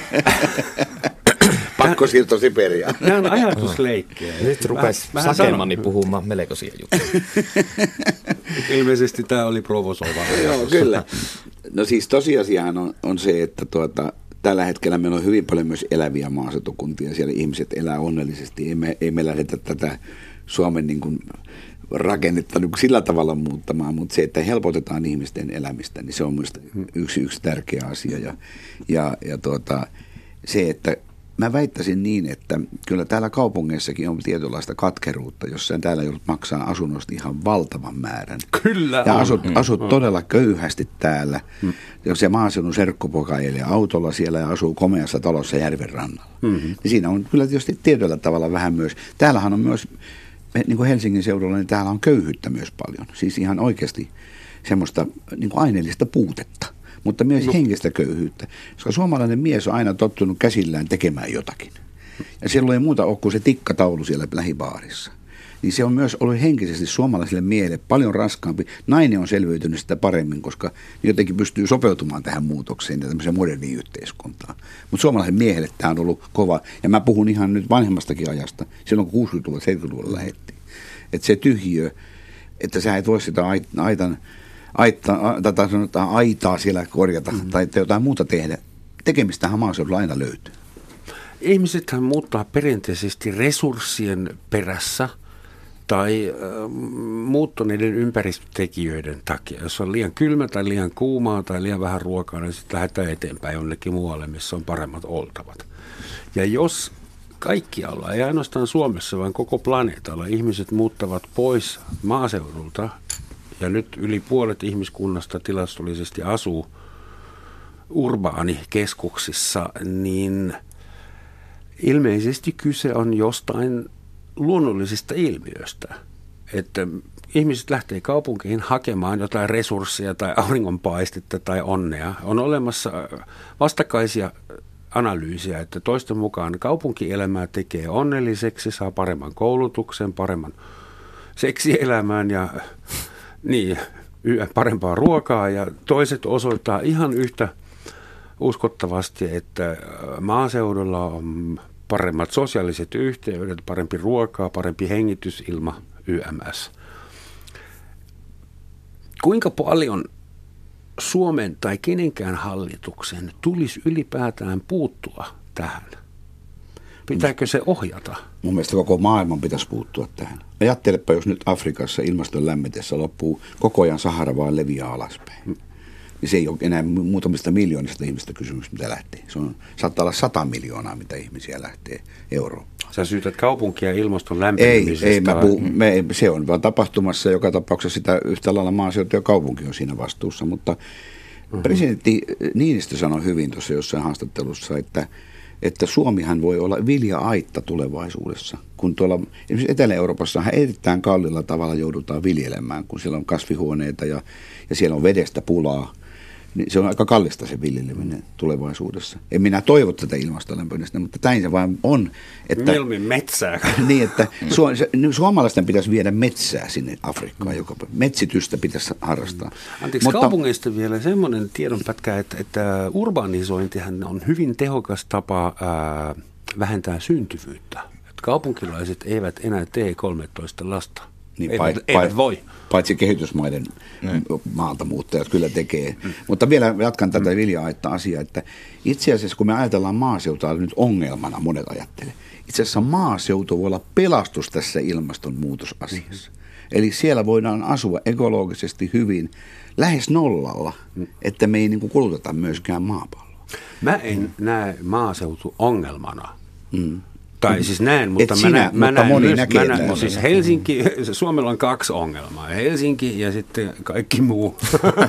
Pakkosiirto Siperiaan. Nämä on ajatusleikkejä. Nyt rupesi Sakelmanni puhumaan melkoisia juttuja. Ilmeisesti tämä oli provosoiva. Joo, kyllä. No siis tosiasiahan on se, että tällä hetkellä meillä on hyvin paljon myös eläviä maaseutukuntia. Siellä ihmiset elää onnellisesti. Ei me lähdetä tätä Suomen niin kuin rakennetta niin kuin sillä tavalla muuttamaan, mutta se, että helpotetaan ihmisten elämistä, niin se on minusta yksi tärkeä asia. Ja se, että mä väittäisin niin, että kyllä täällä kaupungeissakin on tietynlaista katkeruutta, jos sen täällä joudut maksaa asunnosta ihan valtavan määrän. Kyllä. Ja asut todella köyhästi täällä. Jos se maaseudun serkkupoika elee autolla siellä ja asuu komeassa talossa järven rannalla. Niin siinä on kyllä tietysti tietyllä tavalla vähän myös. Täällähän on myös, niin kuin Helsingin seudulla, niin täällä on köyhyyttä myös paljon. Siis ihan oikeasti semmoista niin kuin aineellista puutetta. Mutta myös henkistä köyhyyttä, koska suomalainen mies on aina tottunut käsillään tekemään jotakin. Ja siellä ei muuta ole kuin se tikkataulu siellä lähibaarissa. Niin se on myös ollut henkisesti suomalaiselle miehelle paljon raskaampi. Nainen on selviytynyt sitä paremmin, koska jotenkin pystyy sopeutumaan tähän muutokseen ja tämmöiseen moderniin yhteiskuntaan. Mutta suomalaisen miehelle tämä on ollut kova. Ja mä puhun ihan nyt vanhemmastakin ajasta, silloin kun 60-luvulla, 70-luvulla lähdettiin. Että se tyhjiö, että sä et voi sitä aitaa siellä korjata tai jotain muuta tehdä. Tekemistähän maaseudulla aina löytyy. Ihmisethän muuttaa perinteisesti resurssien perässä tai muuttuneiden ympäristötekijöiden takia. Jos on liian kylmä tai liian kuumaa tai liian vähän ruokaa, niin sitten lähdetään eteenpäin jonnekin muualle, missä on paremmat oltavat. Ja jos kaikkialla, ei ainoastaan Suomessa, vaan koko planeetalla, ihmiset muuttavat pois maaseudulta, ja nyt yli puolet ihmiskunnasta tilastollisesti asuu urbaanikeskuksissa, niin ilmeisesti kyse on jostain luonnollisesta ilmiöstä. Että ihmiset lähtee kaupunkiin hakemaan jotain resursseja tai auringonpaistetta tai onnea. On olemassa vastakkaisia analyysiä, että toisten mukaan kaupunkielämää tekee onnelliseksi, saa paremman koulutuksen, paremman seksielämään ja parempaa ruokaa, ja toiset osoittaa ihan yhtä uskottavasti, että maaseudulla on paremmat sosiaaliset yhteydet, parempi ruokaa, parempi hengitysilma, YMS. Kuinka paljon Suomen tai kenenkään hallituksen tulisi ylipäätään puuttua tähän? Pitääkö se ohjata? Mun mielestä koko maailman pitäisi puuttua tähän. Ajattelepa, jos nyt Afrikassa ilmaston lämmetessä loppuu koko ajan Sahara vaan leviää alaspäin. Niin se ei ole enää muutamista miljoonista ihmistä kysymys, mitä lähtee. Saattaa olla 100 miljoonaa, mitä ihmisiä lähtee Eurooppaan. Sä syytät kaupunkia ilmaston lämpenemisestä? Ei, se on vaan tapahtumassa. Joka tapauksessa sitä yhtä lailla maaseutu ja kaupunki on siinä vastuussa. Mutta presidentti Niinistö sanoi hyvin tuossa jossain haastattelussa, että Suomihan voi olla vilja-aitta tulevaisuudessa, kun tuolla esimerkiksi Etelä-Euroopassahan erittäin kalliilla tavalla joudutaan viljelemään, kun siellä on kasvihuoneita ja siellä on vedestä pulaa, niin se on aika kallista se viljeleminen tulevaisuudessa. En minä toivo tätä ilmastolämpöistä, mutta näin se vaan on. Että, mieluummin metsää. Niin, että suomalaisten pitäisi viedä metsää sinne Afrikkaan, metsitystä pitäisi harrastaa. Anteeksi, kaupungeista vielä semmoinen tiedonpätkä, että urbanisointihan on hyvin tehokas tapa vähentää syntyvyyttä. Että kaupunkilaiset eivät enää tee 13 lasta. Niin, eivät voi. Paitsi kehitysmaiden maalta muuttajat kyllä tekee. Mutta vielä jatkan tätä vilja-aitta-asiaa, että itse asiassa kun me ajatellaan maaseutua nyt ongelmana, monet ajattelee. itse asiassa maaseutu voi olla pelastus tässä ilmastonmuutosasiassa. Eli siellä voidaan asua ekologisesti hyvin lähes nollalla, että me ei niin kuin kuluteta myöskään maapalloa. Mä en näe maaseutu ongelmana. Tai siis näen, mutta mä näen myös, siis Helsinki, Suomella on 2 ongelmaa, Helsinki ja sitten kaikki muu.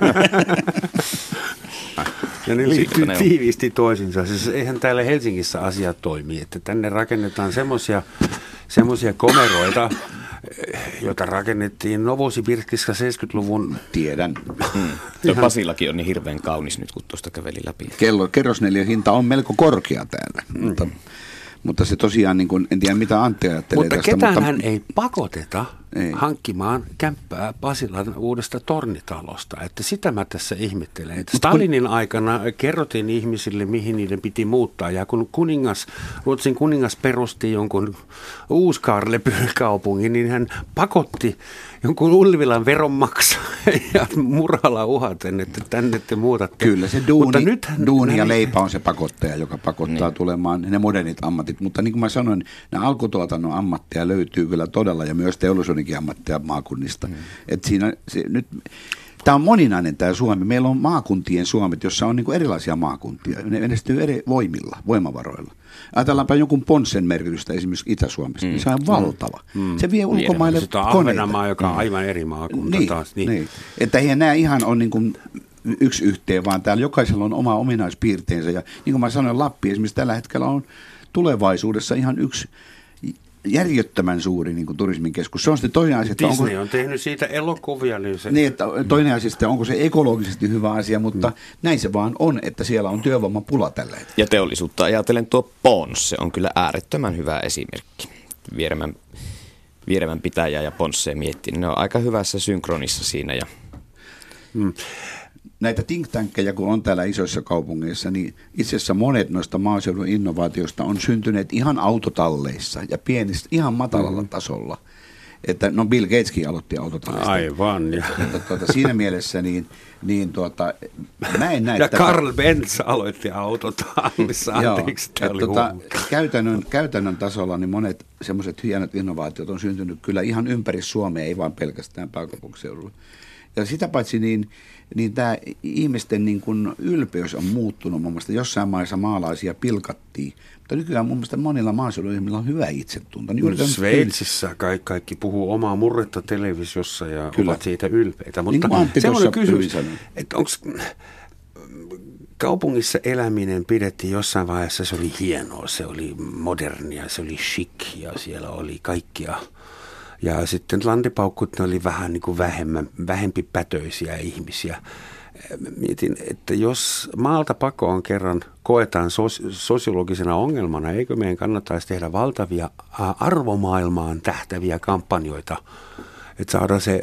Ja ne liittyy tiiviisti toisinsa. Siis eihän täällä Helsingissä asiat toimi, että tänne rakennetaan semmoisia komeroita, joita rakennettiin Novosibirskissä 70-luvun. Tiedän. Tuo Pasilakin on niin hirveän kaunis nyt, kun tuosta käveli läpi. Kerrosneliön hinta on melko korkea täällä, mutta se tosiaan, niin kuin, en tiedä mitä Antti ajattelee mutta tästä. Ketäänhän ei pakoteta hankkimaan kämppää Pasilan uudesta tornitalosta. Että sitä mä tässä ihmettelen. Että Stalinin aikana kerrottiin ihmisille, mihin niiden piti muuttaa. Ja kun Ruotsin kuningas perusti jonkun Uuskarleby-kaupungin, niin hän pakotti jonkun Ulvilan veronmaksaa ja Murala uhaten, että tänne te muutatte. Kyllä se duuni ja leipä on se pakottaja, joka pakottaa tulemaan ne modernit ammatit. Mutta niin kuin mä sanoin, nämä alkutuotannon ammatteja löytyy kyllä todella ja myös teollisuudenkin ammatteja maakunnista. Että siinä nyt, tämä on moninainen tämä Suomi. Meillä on maakuntien Suomet, jossa on niin kuin erilaisia maakuntia. Ne menestyy eri voimavaroilla. Ajatellaanpa jonkun Ponssen merkitystä esimerkiksi Itä-Suomessa, niin se on valtava. Se vie ulkomaille koneita. Ahvenanmaa, joka on aivan eri maakunta taas. Niin. Että eihän nämä ihan ole niin kuin yksi yhteen, vaan täällä jokaisella on oma ominaispiirteensä. Ja niin kuin mä sanoin, Lappi esimerkiksi tällä hetkellä on tulevaisuudessa ihan yksi järjettömän suuri niin kuin turismin keskus. Se on sitten toinen asia. Disney on tehnyt siitä elokuvia. Niin, että toinen asia sitten, onko se ekologisesti hyvä asia, mutta näin se vaan on, että siellä on työvoimapula tällä hetkellä. Ja teollisuutta ajatellen tuo Pons, se on kyllä äärettömän hyvä esimerkki. Vieremän pitäjää ja Ponssea miettii, ne on aika hyvässä synkronissa siinä. Näitä think tankkeja, kun on täällä isoissa kaupungeissa, niin itse asiassa monet noista maaseudun innovaatioista on syntyneet ihan autotalleissa ja pienistä, ihan matalalla tasolla. Että Bill Gateskin aloitti autotalleista. Aivan. Siinä mielessä mä en näe ja Karl Benz aloitti autotallissa. Anteeksi, käytännön tasolla niin monet semmoiset hienot innovaatiot on syntynyt kyllä ihan ympäri Suomea, ei vaan pelkästään pääkaupunkiseudulla. Ja sitä paitsi niin tämä ihmisten niin kuin ylpeys on muuttunut. Mun mielestä jossain maissa maalaisia pilkattiin, mutta nykyään mun mielestä monilla maaseudun ihmisillä on hyvä itsetunto. Niin Sveitsissä kaikki puhuu omaa murretta televisiossa ja kyllä ovat siitä ylpeitä. Mutta niin semmoinen kysymys, että onko kaupungissa eläminen pidettiin jossain vaiheessa, se oli hienoa, se oli modernia, se oli chic ja siellä oli kaikkia. Ja sitten lantipaukkut oli vähän niin kuin vähempi pätöisiä ihmisiä. Mietin, että jos maalta pakoon kerran koetaan sosiologisena ongelmana, eikö meidän kannattaisi tehdä valtavia arvomaailmaan tähtäviä kampanjoita, että saada se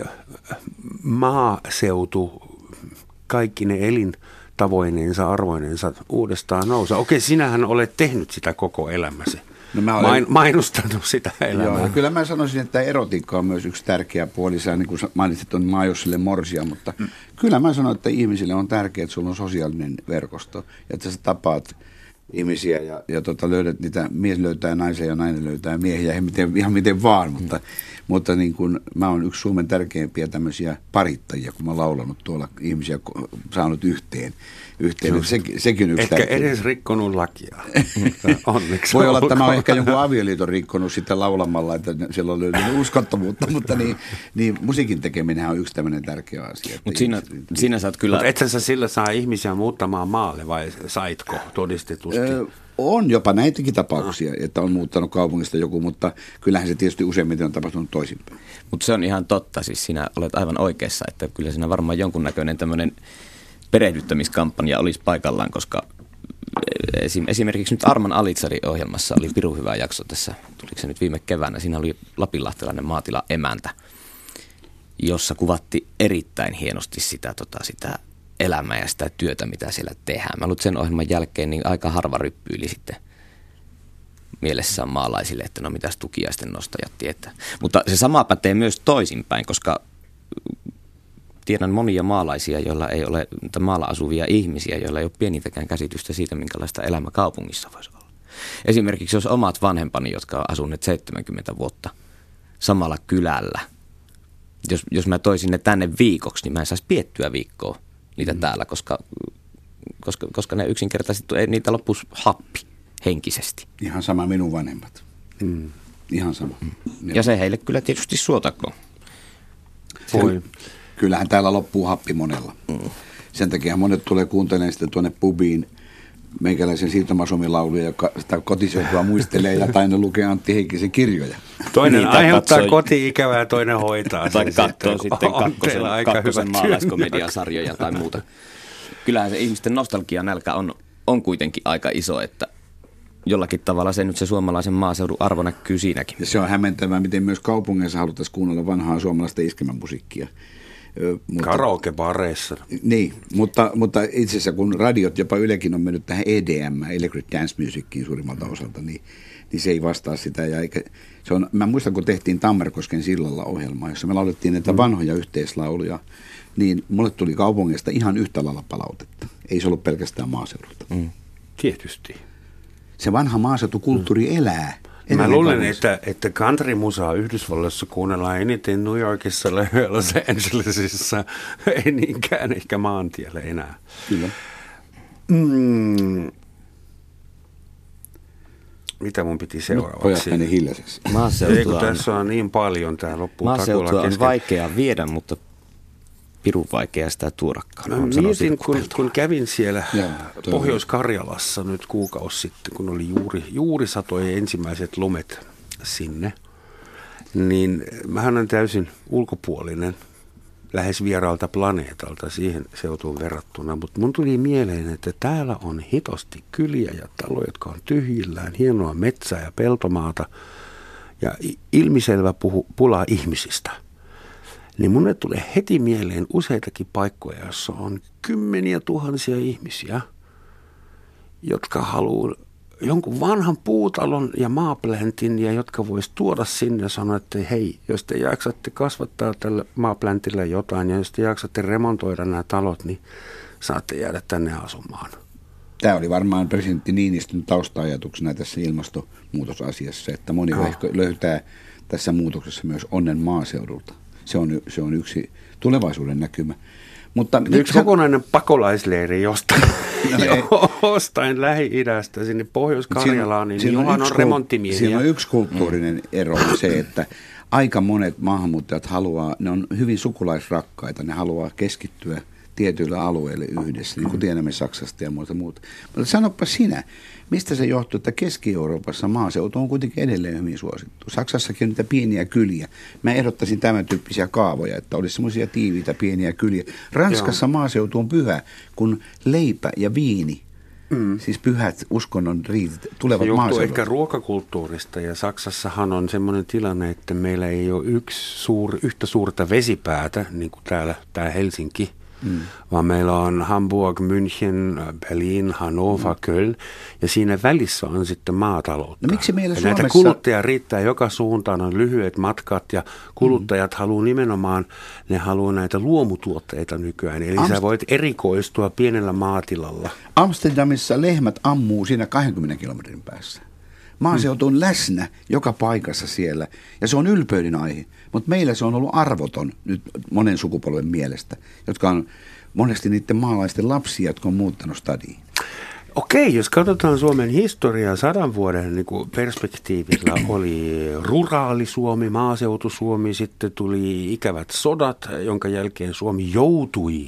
maaseutu, kaikki ne elintavoineensa, arvoineensa uudestaan nousa. Okei, sinähän olet tehnyt sitä koko elämäsi. No mainostanut sitä elämää. Joo, kyllä mä sanoisin, että erotiikka on myös yksi tärkeä puoli. Sä niin kuin mainitsit on Maajossille morsia, mutta kyllä mä sanon, että ihmisille on tärkeää, että sulla on sosiaalinen verkosto. Ja että sä tapaat ihmisiä ja löydät niitä, mies löytää naisia ja nainen löytää miehiä, ihan miten vaan. Mutta niin kuin, mä oon yksi Suomen tärkeimpiä tämmöisiä parittajia, kun mä oon laulanut tuolla ihmisiä saanut yhteen. Sekin yksi etkä edes rikkonut lakia. Onneksi. Voi olla, että mä oon ehkä jonkun avioliiton rikkonut sitten laulamalla, että siellä on löytynyt uskottavuutta, mutta niin musiikin tekeminen on yksi tämmöinen tärkeä asia. Mutta siinä saat kyllä. Mutta ethän sä sillä saa ihmisiä muuttamaan maalle vai saitko todistetusti? On jopa näitäkin tapauksia, että on muuttanut kaupungista joku, mutta kyllähän se tietysti useimmiten on tapahtunut toisinpäin. Mutta se on ihan totta, siis sinä olet aivan oikeassa, että kyllä siinä varmaan jonkunnäköinen tämmöinen perehdyttämiskampanja olisi paikallaan, koska esimerkiksi nyt Arman Alitsari-ohjelmassa oli pirun hyvä jakso tässä, tuliko se nyt viime keväänä, siinä oli lapinlahtelainen maatila emäntä, jossa kuvatti erittäin hienosti sitä elämää ja sitä työtä, mitä siellä tehdään. Mä luulen sen ohjelman jälkeen niin aika harva ryppyili sitten mielessään maalaisille, että no mitäs tukiaisten nostajat tietää. Mutta se sama pätee myös toisinpäin, koska tiedän monia maalaisia, joilla ei ole, maalla asuvia ihmisiä, joilla ei ole pienintäkään käsitystä siitä, minkälaista elämä kaupungissa voisi olla. esimerkiksi jos omat vanhempani, jotka on asuneet 70 vuotta samalla kylällä, jos mä toisin ne tänne viikoksi, niin mä en saisi piettyä viikkoa niitä täällä, koska ne yksinkertaisesti, ei niitä loppuisi happi henkisesti. Ihan sama minun vanhemmat. Ihan sama. Ja se heille kyllä tietysti suotakoon. Kyllähän täällä loppuu happi monella. Sen takia monet tulee kuuntelemaan sitten tuonne pubiin meikäläisen siirtomasuomilauluja, joka sitä kotiseutua muistelee ja taina lukee Antti Heikkisen kirjoja. Toinen niin, aiheuttaa koti-ikävää ja toinen hoitaa. Tai katsoo sitten kakkosen maalaiskomediasarjoja tai muuta. Kyllähän se ihmisten nostalgianälkä on kuitenkin aika iso, että jollakin tavalla se suomalaisen maaseudun arvo näkyy siinäkin. Ja se on hämmentävää, miten myös kaupungeissa haluttaisiin kuunnella vanhaa suomalaista iskelmämusiikkia. Karaoke-bareissa. Niin, mutta itse asiassa kun radiot, jopa Ylekin on mennyt tähän EDM, Electric Dance Musiciin suurimmalta osalta, niin se ei vastaa sitä. Mä muistan, kun tehtiin Tammerkosken sillalla ohjelmaa, jossa me laulettiin näitä vanhoja yhteislauluja, niin mulle tuli kaupungeista ihan yhtä lailla palautetta. Ei se ollut pelkästään maaseudulta. Tietysti. Se vanha maaseutukulttuuri elää. Mä luulen, että countrymusaa Yhdysvalloissa kuunnellaan eniten New Yorkissa ja Los Angelesissa, ei niinkään ehkä maantiellä enää. Kyllä. Mitä mun piti seuraavaksi? Pojat meni hiljaiseksi. Eikö tässä on niin paljon, tää loppuu maaseutua on vaikea viedä, mutta pirun vaikea sitä tuodakaan. Mä mietin, kun kävin siellä Pohjois-Karjalassa nyt kuukausi sitten, kun oli juuri satoi ensimmäiset lumet sinne, niin mähän on täysin ulkopuolinen, lähes vieraalta planeetalta siihen seutuun verrattuna, mutta mun tuli mieleen, että täällä on hitosti kyliä ja taloja, jotka on tyhjillään, hienoa metsää ja peltomaata ja ilmiselvä pula ihmisistä. Niin mulle tulee heti mieleen useitakin paikkoja, joissa on kymmeniä tuhansia ihmisiä, jotka haluaa jonkun vanhan puutalon ja maapläntin ja jotka vois tuoda sinne ja sanoa, että hei, jos te jaksatte kasvattaa tällä maapläntillä jotain ja jos te jaksatte remontoida nämä talot, niin saatte jäädä tänne asumaan. Tämä oli varmaan presidentti Niinistön tausta-ajatuksena tässä ilmastonmuutosasiassa, että moni löytää tässä muutoksessa myös onnen maaseudulta. Se on yksi tulevaisuuden näkymä. Mutta yksi kokonainen pakolaisleiri jostain Lähi-idästä sinne Pohjois-Karjalaan, niin johan on remonttimiehiä. Siinä on yksi kulttuurinen ero se, että aika monet maahanmuuttajat ne on hyvin sukulaisrakkaita, ne haluaa keskittyä tietyillä alueille yhdessä, niin kuin tiedämme Saksasta ja muuta. Mutta sanoppa sinä, mistä se johtuu, että Keski-Euroopassa maaseutu on kuitenkin edelleen hyvin suosittu. Saksassakin on niitä pieniä kyliä. Mä ehdottaisin tämän tyyppisiä kaavoja, että olisi semmoisia tiiviitä pieniä kyliä. Ranskassa maaseutu on pyhä, kun leipä ja viini, siis pyhät uskonnon riitit, tulevat maaseudulta. Se johtuu ehkä ruokakulttuurista ja Saksassahan on semmoinen tilanne, että meillä ei ole yhtä suurta vesipäätä, niin kuin tää Helsinki. Vaan meillä on Hamburg, München, Berlin, Hannover, Köln ja siinä välissä on sitten maataloutta. No miksi meillä Suomessa... Näitä kuluttajia riittää joka suuntaan, on lyhyet matkat ja kuluttajat haluaa nimenomaan, ne haluaa näitä luomutuotteita nykyään. Eli sä voit erikoistua pienellä maatilalla. Amsterdamissa lehmät ammuu siinä 20 kilometrin päässä. Maaseutu on läsnä joka paikassa siellä ja se on ylpeyden aihe, mutta meillä se on ollut arvoton nyt monen sukupolven mielestä, jotka on monesti niiden maalaisten lapsia, jotka on muuttanut stadiin. Okei, jos katsotaan Suomen historiaa 100 vuoden niin kuin perspektiivillä oli ruraali-Suomi, maaseutu-Suomi, sitten tuli ikävät sodat, jonka jälkeen Suomi joutui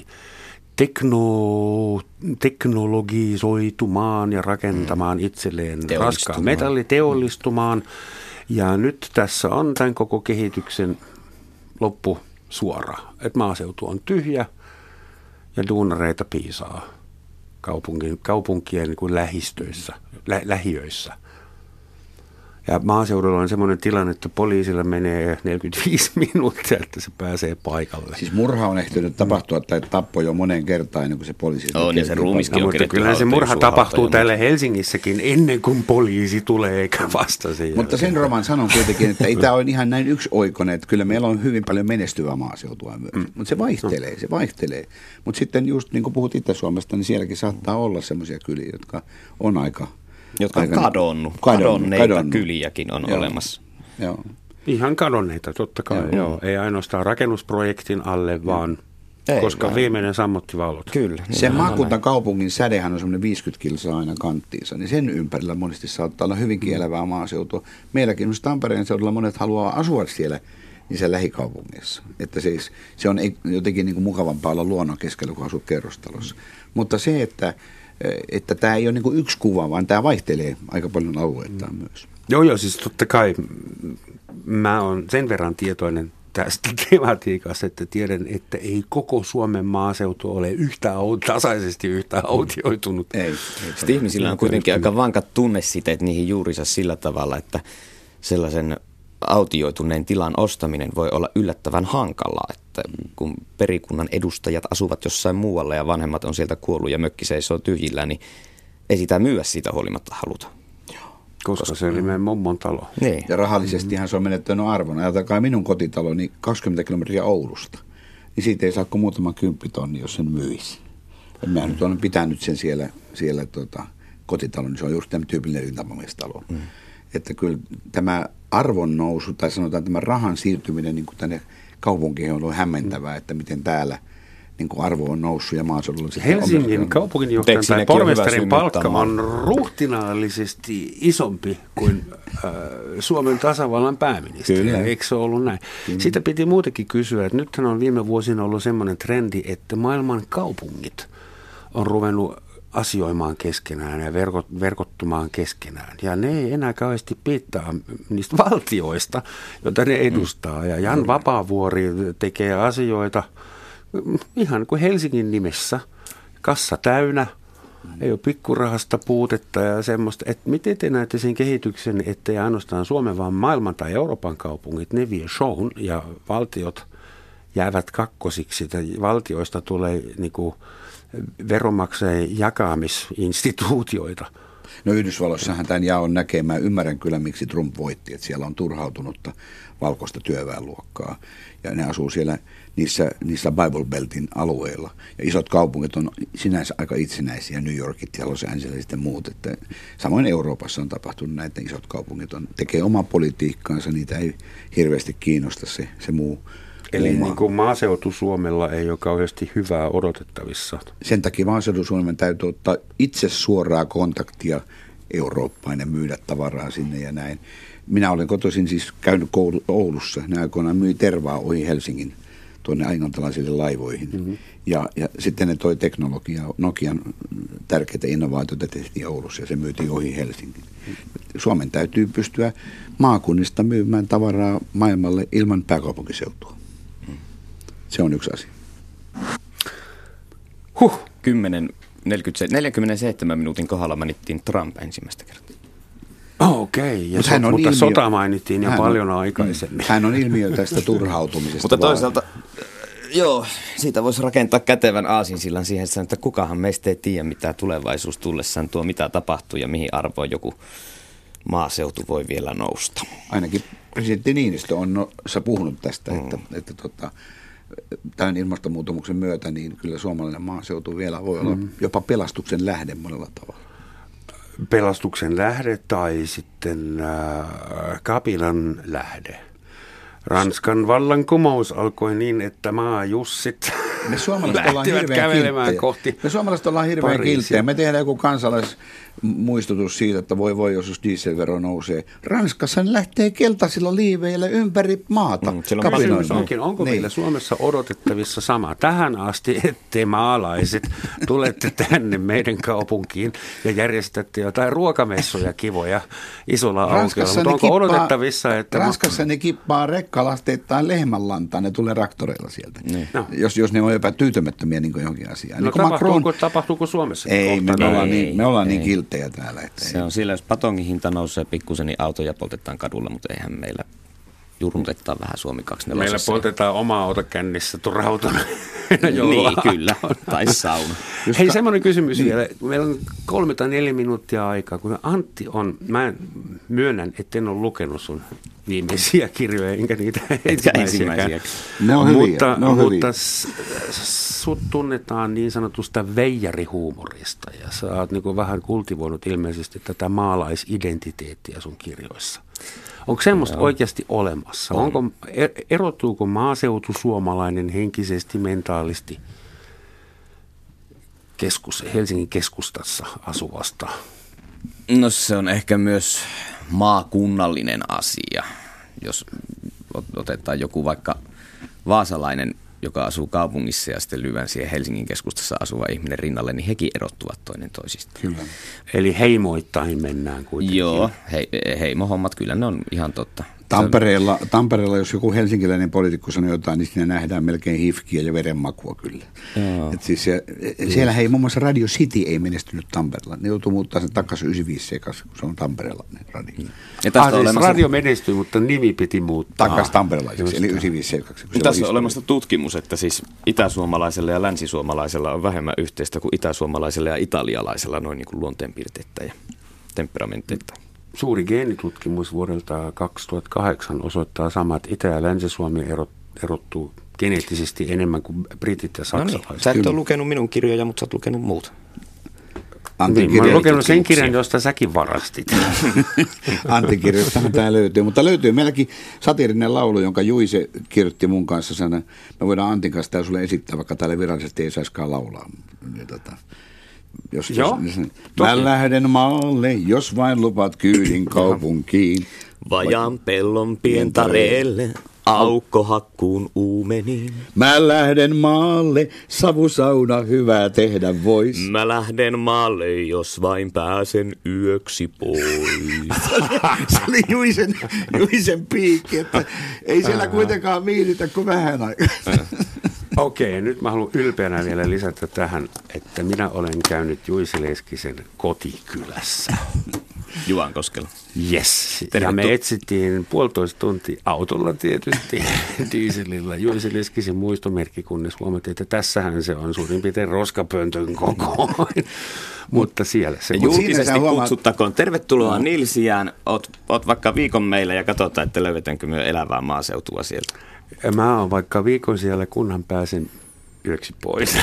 teknologisoitumaan ja rakentamaan itselleen raskaan metalliteollistumaan. Ja nyt tässä on tämän koko kehityksen loppu suora. Että maaseutu on tyhjä ja duunareita piisaa kaupunkien niin kuin lähiöissä. Ja maaseudulla on semmoinen tilanne, että poliisilla menee 45 minuuttia, että se pääsee paikalle. Siis murha on ehtinyt tapahtua tai tappo jo moneen kertaan ennen kuin se poliisi... On, ja se ruumiskin on mutta kyllähän se murha tapahtuu täällä Helsingissäkin ennen kuin poliisi tulee eikä vasta sen jälkeen. Mutta sen Roman sanon kuitenkin, että ei tämä ole ihan näin yksioikoinen, että kyllä meillä on hyvin paljon menestyvää maaseutua myös. Mutta se vaihtelee. Mutta sitten just niin kuin puhut Itä-Suomesta, niin sielläkin saattaa olla semmoisia kyliä, jotka on aika Jotka on kadonneita kyliäkin on olemassa. Joo. Ihan kadonneita, totta kai. Joo. Ei ainoastaan rakennusprojektin alle, vaan koska viimeinen sammutti valot. Kyllä. Se maakuntakaupungin sädehän on semmoinen 50 kilsaa aina kanttiinsa, niin sen ympärillä monesti saattaa olla hyvinkin elävää maaseutua. Meilläkin esimerkiksi Tampereen seudulla monet haluaa asua siellä niissä lähikaupungissa. Että se on jotenkin niin kuin mukavampaa olla luonnon keskellä, kun asuu kerrostalossa. Mutta se, että tämä ei ole niin kuin yksi kuva, vaan tämä vaihtelee aika paljon alueittain myös. Joo, siis totta kai mä oon sen verran tietoinen tästä tematiikasta, että tiedän, että ei koko Suomen maaseutu ole tasaisesti yhtä autioitunut. Ei. Sitten ihmisillä on kuitenkin aika vankat tunnesiteet niihin juurinsa sillä tavalla, että sellaisen autioituneen tilan ostaminen voi olla yllättävän hankalaa, että kun perikunnan edustajat asuvat jossain muualla ja vanhemmat on sieltä kuollut ja mökki seisoo tyhjillään, niin ei sitä myyä siitä huolimatta haluta. Koska se oli meidän mummon talo. Niin. Ja rahallisestihan se on menettänyt arvon. Ajatelkaa minun kotitaloni 20 kilometriä Oulusta. Niin siitä ei saa kuin muutama 10 000, jos sen myisi. Ja mä nyt olen pitänyt sen siellä kotitalon, niin se on just tämä tyypillinen rintamamiestalo. Että kyllä tämä arvon nousu, tai sanotaan tämä rahan siirtyminen niin kuin tänne kaupunkiin on ollut hämmentävää, että miten täällä niin kuin arvo on noussut ja maaseudulla. Helsingin kaupunginjohtajan tai pormestarin palkka on ruhtinaallisesti isompi kuin Suomen tasavallan pääministeri. Kyllä. Eikö se ollut näin? Kyllä. Siitä piti muutenkin kysyä, että nythän on viime vuosina ollut semmoinen trendi, että maailman kaupungit on ruvennut asioimaan keskenään ja verkottumaan keskenään. Ja ne ei enää kauheasti piittaa niistä valtioista, joita ne edustaa. Ja Jan Vapaavuori tekee asioita ihan kuin Helsingin nimessä, kassa täynnä, ei ole pikkurahasta puutetta ja semmoista, että miten te näette sen kehityksen, ettei ainoastaan Suomen, vaan maailman tai Euroopan kaupungit, ne vie shown ja valtiot jäävät kakkosiksi, että valtioista tulee niinku veronmaksajien jakamisinstituutioita. No Yhdysvalloissahan tämän jaon näkemään. Ymmärrän kyllä, miksi Trump voitti, että siellä on turhautunutta valkoista työväenluokkaa. Ja ne asuu siellä niissä Bible Beltin alueilla. Ja isot kaupungit on sinänsä aika itsenäisiä, New Yorkit ja Los Angeles ja muut. Että samoin Euroopassa on tapahtunut näitä, isot kaupungit tekee omaa politiikkaansa, niitä ei hirveästi kiinnosta se muu. Eli niin kuin maaseutu Suomella ei ole kauheasti hyvää odotettavissa. Sen takia maaseutu Suomen täytyy ottaa itse suoraa kontaktia Eurooppaan ja myydä tavaraa sinne ja näin. Minä olen kotoisin siis käynyt Oulussa. Ne aikoinaan myi tervaa ohi Helsingin tuonne englantilaisille laivoihin. Mm-hmm. Ja sitten ne toi teknologiaa, Nokian tärkeitä innovaatioita tehtiin Oulussa ja se myytiin ohi Helsingin. Suomen täytyy pystyä maakunnista myymään tavaraa maailmalle ilman pääkaupunkiseutua. Se on yksi asia. 47 minuutin kohdalla mainittiin Trump ensimmäistä kertaa. Okei, mutta sota mainittiin jo paljon aikaisemmin. Hän on ilmiö tästä turhautumisesta. Mutta toisaalta, siitä voisi rakentaa kätevän aasinsillan siihen, että kukahan meistä ei tiedä, mitä tulevaisuus tullessaan tuo, mitä tapahtuu ja mihin arvoon joku maaseutu voi vielä nousta. Ainakin presidentti Niinistö on puhunut tästä, että tämän ilmastonmuutoksen myötä niin kyllä suomalainen maaseutu vielä voi olla jopa pelastuksen lähde monella tavalla. Pelastuksen lähde tai sitten kapinan lähde. Ranskan vallankumous alkoi niin, että maajussit lähtivät kävelemään kohti. Me suomalaiset ollaan hirveän kilttejä. Me tehdään joku kansalaismuistutus siitä, että voi jos dieselvero nousee. Ranskassa ne lähtee keltaisilla liiveillä ympäri maata. Onko meillä Suomessa odotettavissa sama? Tähän asti, ettei maalaiset tulette tänne meidän kaupunkiin ja järjestätte jotain ruokamessuja kivoja isolla aukiolla. Mutta onko odotettavissa, että Ranskassa ne kippaa rekkalasteittain lehmänlantaan, ne tulee traktoreilla sieltä. No. Jos ne on jopa tyytymättömiä niin johonkin asiaan. No tapahtuuko Suomessa? Ei, me ollaan niin kilttejä täällä. Että se on sillä, jos patongin hinta nousee pikkusen, niin autoja poltetaan kadulla, mutta eihän meillä jurnutetaan vähän Suomi 24. Meillä poltetaan omaa autokännissä turhautuna. Niin, kyllä. Tai sauna. Hei, semmoinen kysymys vielä. Meillä on 3 tai 4 minuuttia aikaa, kun Antti on, mä myönnän, etten ole lukenut sun viimeisiä kirjoja, enkä niitä ensimmäisiäkään. Ne on hyviä. Mutta sut tunnetaan niin sanotusta veijarihuumorista, ja sä oot niin vähän kultivoinut ilmeisesti tätä maalaisidentiteettiä sun kirjoissa. Onko semmoista oikeasti olemassa? Erottuuko maaseutusuomalainen henkisesti, mentaalisti Helsingin keskustassa asuvasta? No se on ehkä myös maakunnallinen asia. Jos otetaan joku vaikka vaasalainen, joka asuu kaupungissa ja sitten lyvän siihen Helsingin keskustassa asuva ihminen rinnalle, niin hekin erottuvat toinen toisistaan. Kyllä. Eli heimoittain mennään kuitenkin. Joo, heimohommat, kyllä ne on ihan totta. Tampereella, jos joku helsinkiläinen poliitikko sanoo jotain, niin siinä nähdään melkein hifkiä ja verenmakua kyllä. Et siis siellä muun muassa Radio City ei menestynyt Tampereella. Ne joutuu muuttaa sen takaisin 95 kun se on Tampereella radio. Siis radio menestyi, mutta nimi piti muuttaa. Takaisin tamperelaisiksi, eli 95 Tässä on olemassa tutkimus, että siis itäsuomalaisella ja länsisuomalaisella on vähemmän yhteistä kuin itäsuomalaisella ja italialaisella noin niin kuin luonteenpiirteitä ja temperamentteita. Suuri geenitutkimus vuodelta 2008 osoittaa samat. Itä- ja Länsi-Suomi erottuu geneettisesti enemmän kuin britit ja saksalaiset. No niin, sä et ole lukenut minun kirjoja, mutta sä oot lukenut muuta. Mä oon lukenut sen kirjan, josta säkin varastit. Antin kirjoistahan tämä löytyy, mutta löytyy meilläkin satiirinen laulu, jonka Juise kirjoitti mun kanssa. Me voidaan Antin kanssa täällä sulle esittää, vaikka täällä virallisesti ei saisikaan laulaa. Mä lähden maalle, jos vain lupat kyydin kaupunkiin. Vajaan pellon pientareelle, aukkohakkuun uumeniin. Mä lähden maalle, savusauna hyvää tehdä vois. Mä lähden maalle, jos vain pääsen yöksi pois. Se oli Juisen piikki, että ei siellä kuitenkaan viihdytä kuin vähän aikaa. Okei, nyt mä haluan ylpeänä vielä lisätä tähän, että minä olen käynyt Juise Leskisen kotikylässä. Juankoskella. Yes. Ja me etsittiin 1,5 tuntia autolla tietysti dieselillä Juise Leskisen muistomerkki, kunnes huomattiin, että tässähän se on suurin piirtein roskapöntön kokoinen. Mutta siellä se on. Julkisesti kutsuttakoon. Tervetuloa Nilsiään. Oot vaikka viikon meillä ja katsotaan, että löydetäänkö me elävää maaseutua sieltä. Mä oon vaikka viikon siellä, kunhan pääsen yöksi pois.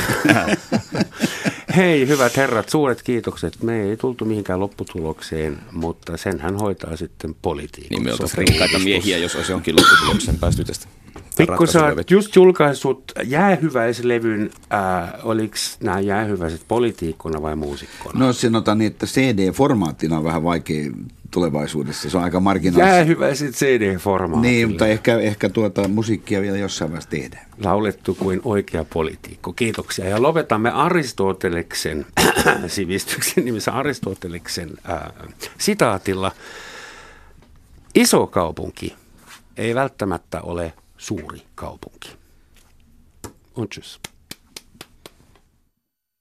Hei, hyvät herrat, suuret kiitokset. Me ei tultu mihinkään lopputulokseen, mutta sen hän hoitaa sitten politiikassa. Niin me oltaisiin rikkaita miehiä, jos olisi jonkin lopputulokseen päästy tästä. Pikku, sä oot just julkaissut jäähyväislevyn. Oliko nämä jäähyväiset politiikkona vai muusikkona? No sanotaan niin, että CD-formaattina on vähän vaikea tulevaisuudessa. Se on aika marginaalista. Jäähyväiset CD-formaatilla. Niin, mutta ehkä musiikkia vielä jossain vaiheessa tehdään. Laulettu kuin oikea poliitikko. Kiitoksia. Ja lopetamme Aristoteleksen, sivistyksen nimissä Aristoteleksen sitaatilla. Iso kaupunki ei välttämättä ole suuri kaupunki. On tschüss.